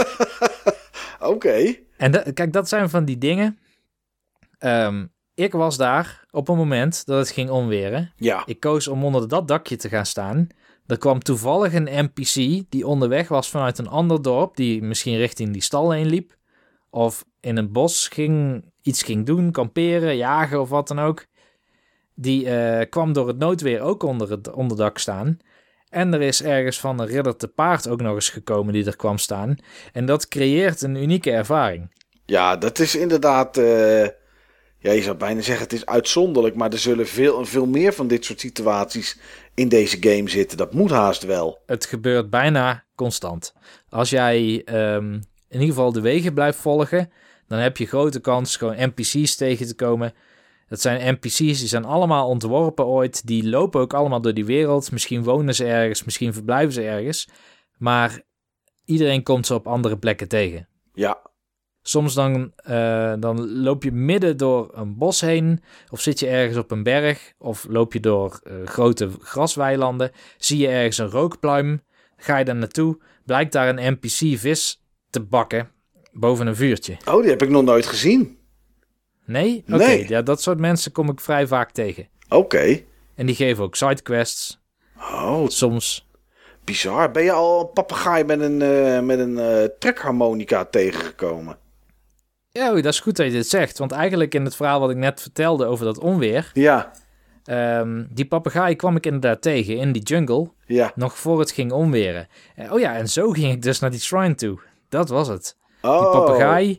A: Oké.
B: En kijk, dat zijn van die dingen. Ik was daar op een moment dat het ging onweren.
A: Ja.
B: Ik koos om onder dat dakje te gaan staan. Er kwam toevallig een NPC die onderweg was vanuit een ander dorp, die misschien richting die stal heen liep. Of in een bos iets ging doen, kamperen, jagen of wat dan ook. Die kwam door het noodweer ook onder het onderdak staan. En er is ergens van een ridder te paard ook nog eens gekomen die er kwam staan. En dat creëert een unieke ervaring.
A: Ja, dat is inderdaad... Ja, je zou bijna zeggen het is uitzonderlijk, maar er zullen veel meer van dit soort situaties in deze game zitten. Dat moet haast wel.
B: Het gebeurt bijna constant. Als jij in ieder geval de wegen blijft volgen, dan heb je grote kans gewoon NPC's tegen te komen. Dat zijn NPC's, die zijn allemaal ontworpen ooit. Die lopen ook allemaal door die wereld. Misschien wonen ze ergens, misschien verblijven ze ergens. Maar iedereen komt ze op andere plekken tegen.
A: Ja.
B: Soms dan loop je midden door een bos heen, of zit je ergens op een berg, of loop je door grote grasweilanden, zie je ergens een rookpluim, ga je daar naartoe, blijkt daar een NPC vis te bakken boven een vuurtje.
A: Oh, die heb ik nog nooit gezien.
B: Nee? Oké, ja, dat soort mensen kom ik vrij vaak tegen.
A: Oké.
B: En die geven ook sidequests.
A: Oh,
B: soms.
A: Bizar. Ben je al een papegaai met een trekharmonica tegengekomen?
B: Ja, dat is goed dat je dit zegt. Want eigenlijk in het verhaal wat ik net vertelde over dat onweer...
A: Ja.
B: Die papegaai kwam ik inderdaad tegen in die jungle.
A: Ja.
B: Nog voor het ging onweren. En zo ging ik dus naar die shrine toe. Dat was het.
A: Oh.
B: Die papegaai,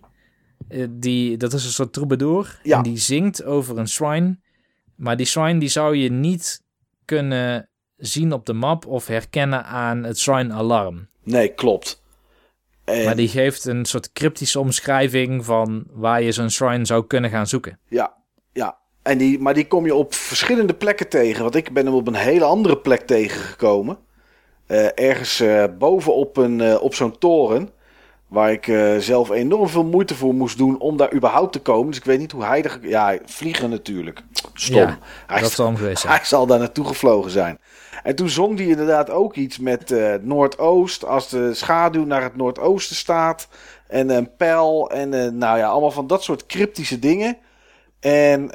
B: dat is een soort troubadour.
A: Ja.
B: En die zingt over een shrine. Maar die shrine die zou je niet kunnen zien op de map of herkennen aan het shrine alarm.
A: Nee, klopt.
B: Maar die geeft een soort cryptische omschrijving van waar je zo'n shrine zou kunnen gaan zoeken.
A: Ja, ja. Maar die kom je op verschillende plekken tegen. Want ik ben hem op een hele andere plek tegengekomen. Ergens boven op zo'n toren. Waar ik zelf enorm veel moeite voor moest doen om daar überhaupt te komen. Dus ik weet niet hoe hij er... Ja, vliegen natuurlijk. Stom.
B: Ja, dat zal hem geweest zijn.
A: Hij zal daar naartoe gevlogen zijn. En toen zong hij inderdaad ook iets met Noordoost. Als de schaduw naar het Noordoosten staat. En een pijl. En allemaal van dat soort cryptische dingen. En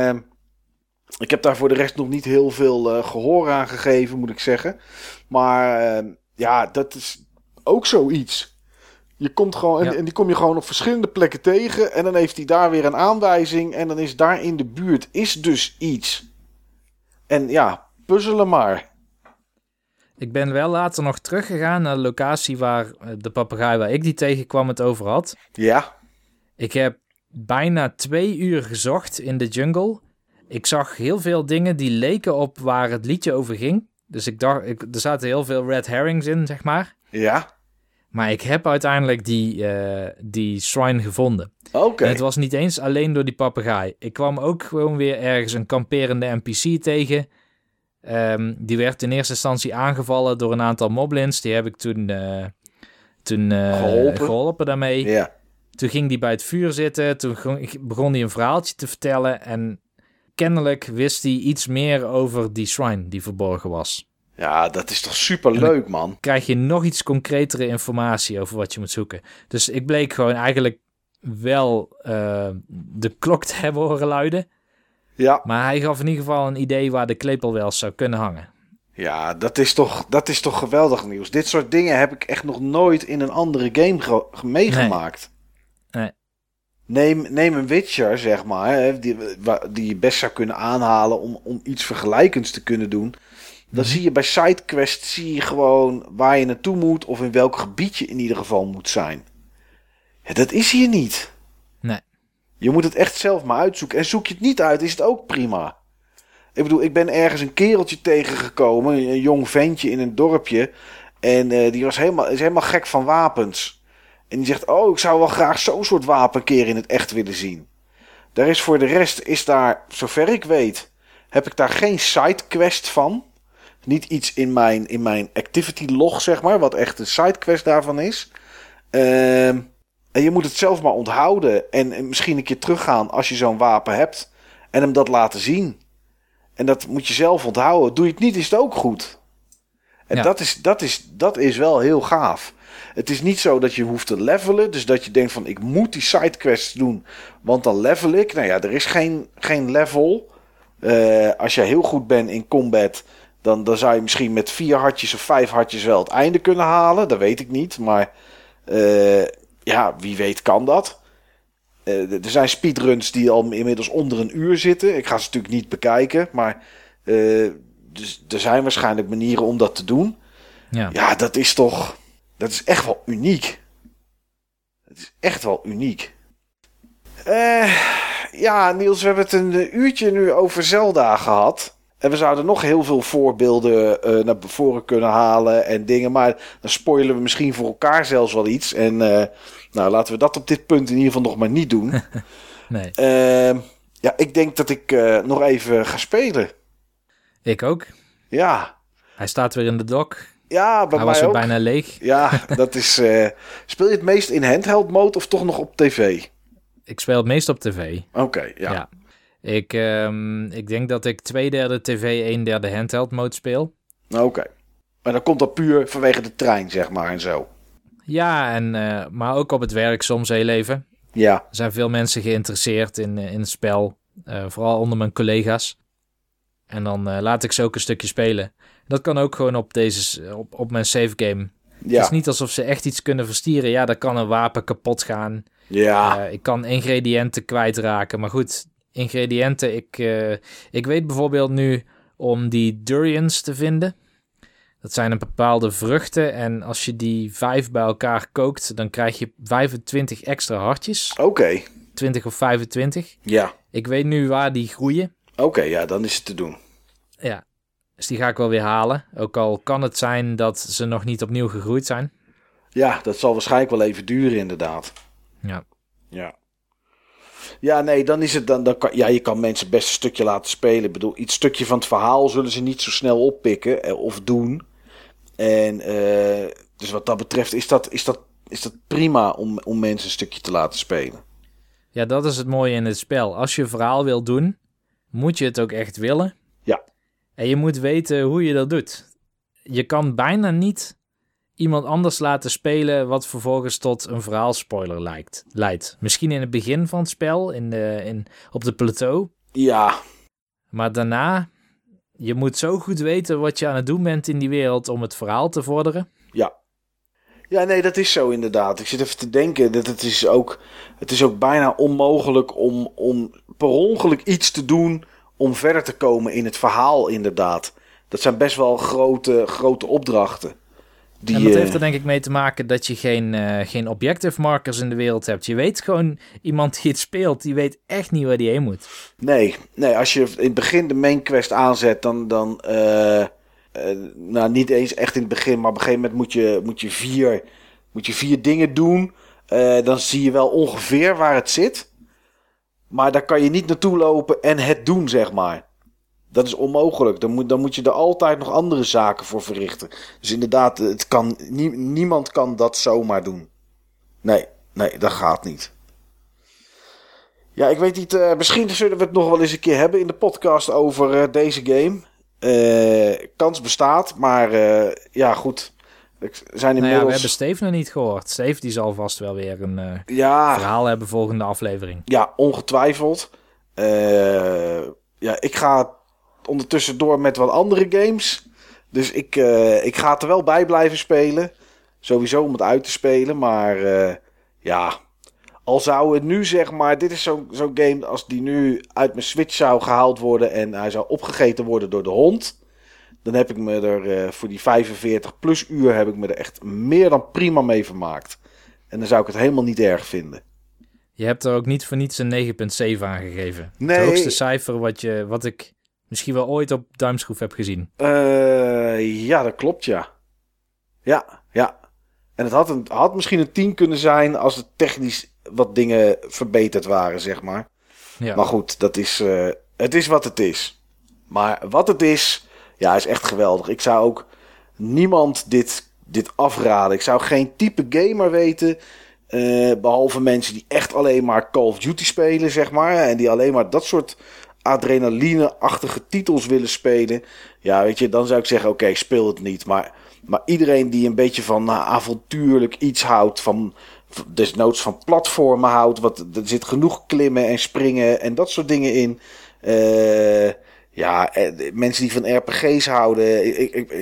A: ik heb daar voor de rest nog niet heel veel gehoor aan gegeven, moet ik zeggen. Maar dat is ook zoiets. Je komt gewoon, en die kom je gewoon op verschillende plekken tegen. En dan heeft hij daar weer een aanwijzing. En dan is daar in de buurt is dus iets. En ja, puzzelen maar.
B: Ik ben wel later nog teruggegaan naar de locatie waar de papegaai waar ik die tegenkwam het over had.
A: Ja. Ik
B: heb bijna 2 uur gezocht in de jungle. Ik zag heel veel dingen die leken op waar het liedje over ging. Dus ik dacht, er zaten heel veel red herrings in, zeg maar.
A: Ja.
B: Maar ik heb uiteindelijk die shrine gevonden.
A: Oké.
B: En het was niet eens alleen door die papegaai. Ik kwam ook gewoon weer ergens een kamperende NPC tegen. Die werd in eerste instantie aangevallen door een aantal moblins. Die heb ik toen geholpen daarmee.
A: Ja.
B: Toen ging hij bij het vuur zitten. Toen begon hij een verhaaltje te vertellen. En kennelijk wist hij iets meer over die shrine die verborgen was.
A: Ja, dat is toch superleuk, man.
B: Krijg je nog iets concretere informatie over wat je moet zoeken. Dus ik bleek gewoon eigenlijk wel de klok te hebben horen luiden.
A: Ja.
B: Maar hij gaf in ieder geval een idee waar de klepelwels zou kunnen hangen.
A: Ja, dat is toch geweldig nieuws. Dit soort dingen heb ik echt nog nooit in een andere game meegemaakt.
B: Nee.
A: Neem een Witcher, zeg maar, hè, die je best zou kunnen aanhalen om iets vergelijkends te kunnen doen. Dan zie je bij sidequests gewoon waar je naartoe moet of in welk gebied je in ieder geval moet zijn. Ja, dat is hier niet.
B: Nee.
A: Je moet het echt zelf maar uitzoeken. En zoek je het niet uit, is het ook prima. Ik bedoel, ik ben ergens een kereltje tegengekomen, een jong ventje in een dorpje. En die is helemaal gek van wapens. En die zegt, ik zou wel graag zo'n soort wapen een keer in het echt willen zien. Daar is voor de rest, zover ik weet, heb ik daar geen sidequest van. Niet iets in mijn activity log, zeg maar, wat echt een sidequest daarvan is. En je moet het zelf maar onthouden en misschien een keer teruggaan als je zo'n wapen hebt. En hem dat laten zien. En dat moet je zelf onthouden. Doe je het niet, is het ook goed. En dat is wel heel gaaf. Het is niet zo dat je hoeft te levelen. Dus dat je denkt van, ik moet die sidequests doen, want dan level ik. Nou ja, er is geen level. Als je heel goed bent in combat, dan zou je misschien met 4 hartjes of 5 hartjes wel het einde kunnen halen. Dat weet ik niet. Maar wie weet kan dat. Er zijn speedruns die al inmiddels onder een uur zitten. Ik ga ze natuurlijk niet bekijken. Maar dus er zijn waarschijnlijk manieren om dat te doen. Ja, dat is echt wel uniek. Het is echt wel uniek. Niels, we hebben het een uurtje nu over Zelda gehad. En we zouden nog heel veel voorbeelden naar voren kunnen halen en dingen. Maar dan spoilen we misschien voor elkaar zelfs wel iets. En laten we dat op dit punt in ieder geval nog maar niet doen.
B: Nee.
A: Ik denk dat ik nog even ga spelen.
B: Ik ook.
A: Ja.
B: Hij staat weer in de dock.
A: Ja, bij
B: hij
A: mij
B: was weer
A: ook.
B: Bijna leeg.
A: Ja, dat is... speel je het meest in handheld mode of toch nog op tv?
B: Ik speel het meest op tv.
A: Oké, ja.
B: Ik denk dat ik 2/3 tv, 1/3 handheld mode speel.
A: Oké. Maar dan komt dat puur vanwege de trein, zeg maar, en zo.
B: Ja, maar ook op het werk soms heel even.
A: Ja.
B: Er zijn veel mensen geïnteresseerd in het spel. Vooral onder mijn collega's. En dan laat ik ze ook een stukje spelen. Dat kan ook gewoon op mijn save game. Ja. Het is niet alsof ze echt iets kunnen verstieren. Ja, dan kan een wapen kapot gaan.
A: Ja.
B: Ik kan ingrediënten kwijtraken. Maar goed, ingrediënten. Ik weet bijvoorbeeld nu om die durians te vinden. Dat zijn een bepaalde vruchten. En als je die 5 bij elkaar kookt, dan krijg je 25 extra hartjes.
A: Oké.
B: 20 of 25.
A: Ja.
B: Ik weet nu waar die groeien.
A: Oké, ja, dan is het te doen.
B: Ja, dus die ga ik wel weer halen. Ook al kan het zijn dat ze nog niet opnieuw gegroeid zijn.
A: Ja, dat zal waarschijnlijk wel even duren inderdaad.
B: Ja.
A: Ja, nee, dan is het dan kan, je kan mensen best een stukje laten spelen. Ik bedoel, iets stukje van het verhaal zullen ze niet zo snel oppikken of doen. En dus wat dat betreft is dat prima om mensen een stukje te laten spelen.
B: Ja, dat is het mooie in het spel. Als je een verhaal wil doen, moet je het ook echt willen.
A: Ja.
B: En je moet weten hoe je dat doet. Je kan bijna niet iemand anders laten spelen wat vervolgens tot een verhaalspoiler leidt. Misschien in het begin van het spel, op de plateau.
A: Ja.
B: Maar daarna, je moet zo goed weten wat je aan het doen bent in die wereld om het verhaal te vorderen.
A: Ja. Ja, nee, dat is zo inderdaad. Ik zit even te denken dat het is ook bijna onmogelijk om per ongeluk iets te doen om verder te komen in het verhaal inderdaad. Dat zijn best wel grote opdrachten.
B: En dat heeft er denk ik mee te maken dat je geen objective markers in de wereld hebt. Je weet gewoon, iemand die het speelt, die weet echt niet waar die heen moet.
A: Nee, als je in het begin de main quest aanzet, dan niet eens echt in het begin, maar op een gegeven moment moet je 4 dingen doen. Dan zie je wel ongeveer waar het zit. Maar daar kan je niet naartoe lopen en het doen, zeg maar. Dat is onmogelijk. Dan moet je er altijd nog andere zaken voor verrichten. Dus inderdaad, niemand kan dat zomaar doen. Nee, dat gaat niet. Ja, ik weet niet. Misschien zullen we het nog wel eens een keer hebben in de podcast over deze game. Kans bestaat, maar ja, goed. Zijn inmiddels...
B: we hebben Steve nog niet gehoord. Steve die zal vast wel weer een verhaal hebben volgende aflevering.
A: Ja, ongetwijfeld. Ik ga ondertussen door met wat andere games. Dus ik ga het er wel bij blijven spelen. Sowieso om het uit te spelen. Maar ja, al zou het nu zeg maar... Dit is zo'n game als die nu uit mijn Switch zou gehaald worden... en hij zou opgegeten worden door de hond... dan heb ik me er voor die 45 plus uur... heb ik me er echt meer dan prima mee vermaakt. En dan zou ik het helemaal niet erg vinden.
B: Je hebt er ook niet voor niets een 9,7 aangegeven.
A: Nee.
B: Het hoogste cijfer wat ik misschien wel ooit op Duimschroef heb gezien.
A: Ja, dat klopt, ja. Ja. En het had misschien een 10 kunnen zijn... als er technisch wat dingen verbeterd waren, zeg maar. Ja. Maar goed, het is wat het is. Maar wat het is, ja, is echt geweldig. Ik zou ook niemand dit afraden. Ik zou geen type gamer weten... behalve mensen die echt alleen maar Call of Duty spelen, zeg maar. En die alleen maar dat soort adrenaline-achtige titels willen spelen. Ja, weet je, dan zou ik zeggen, oké, speel het niet. Maar iedereen die een beetje van avontuurlijk iets houdt, van desnoods van platformen houdt, er zit genoeg klimmen en springen en dat soort dingen in. Mensen die van RPG's houden.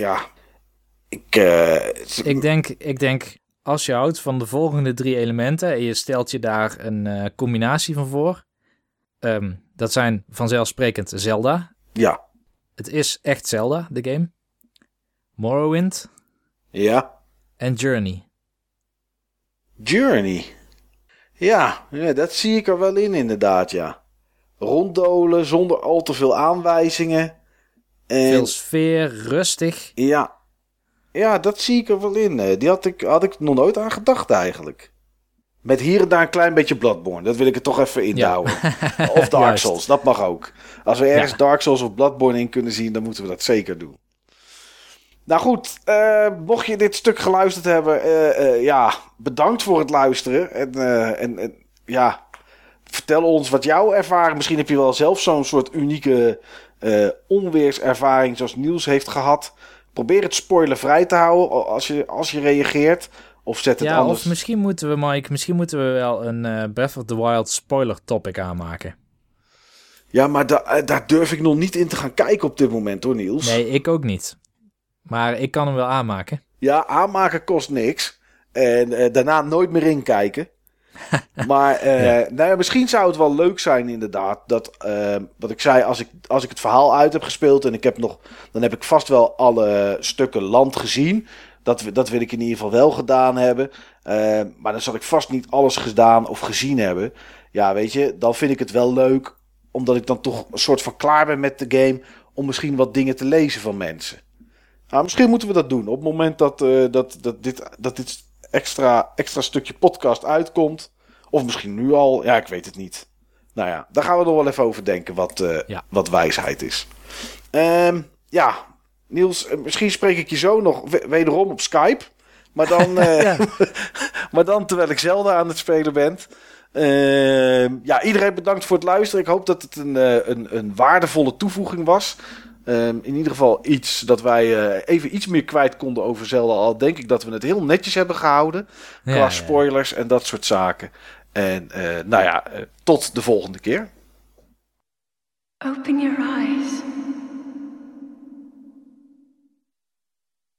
B: Ik denk, als je houdt van de volgende 3 elementen en je stelt je daar een combinatie van voor. Dat zijn vanzelfsprekend Zelda.
A: Ja.
B: Het is echt Zelda, de game. Morrowind.
A: Ja.
B: En Journey.
A: Journey. Ja, dat zie ik er wel in inderdaad, ja. Ronddolen zonder al te veel aanwijzingen. En...
B: veel sfeer, rustig.
A: Ja, dat zie ik er wel in. Die had ik nog nooit aan gedacht eigenlijk. Met hier en daar een klein beetje Bloodborne. Dat wil ik er toch even inhouden. Ja. Of Dark Souls, dat mag ook. Als we ergens Dark Souls of Bloodborne in kunnen zien... dan moeten we dat zeker doen. Nou goed, mocht je dit stuk geluisterd hebben... bedankt voor het luisteren. En vertel ons wat jouw ervaring... Misschien heb je wel zelf zo'n soort unieke onweerservaring... zoals Niels heeft gehad. Probeer het spoilervrij te houden als je reageert... Of zet het anders.
B: Of misschien moeten we, Mike, wel een Breath of the Wild spoiler topic aanmaken.
A: Ja, maar daar durf ik nog niet in te gaan kijken op dit moment, hoor, Niels.
B: Nee, ik ook niet. Maar ik kan hem wel aanmaken. Ja,
A: aanmaken kost niks. En daarna nooit meer inkijken. Maar misschien zou het wel leuk zijn, inderdaad. Dat, wat ik zei, als ik het verhaal uit heb gespeeld... en dan heb ik vast wel alle stukken land gezien... Dat wil ik in ieder geval wel gedaan hebben. Maar dan zal ik vast niet alles gedaan of gezien hebben. Ja, weet je, dan vind ik het wel leuk... omdat ik dan toch een soort van klaar ben met de game... om misschien wat dingen te lezen van mensen. Nou, misschien moeten we dat doen. Op het moment dat dit extra stukje podcast uitkomt... of misschien nu al, ja, ik weet het niet. Nou ja, daar gaan we nog wel even over denken... wat wijsheid is. Niels, misschien spreek ik je zo nog wederom op Skype. Maar dan, maar dan terwijl ik Zelda aan het spelen ben. Iedereen bedankt voor het luisteren. Ik hoop dat het een waardevolle toevoeging was. In ieder geval iets dat wij even iets meer kwijt konden over Zelda. Al denk ik dat we het heel netjes hebben gehouden. Qua spoilers en dat soort zaken. En tot de volgende keer.
C: Open your eyes.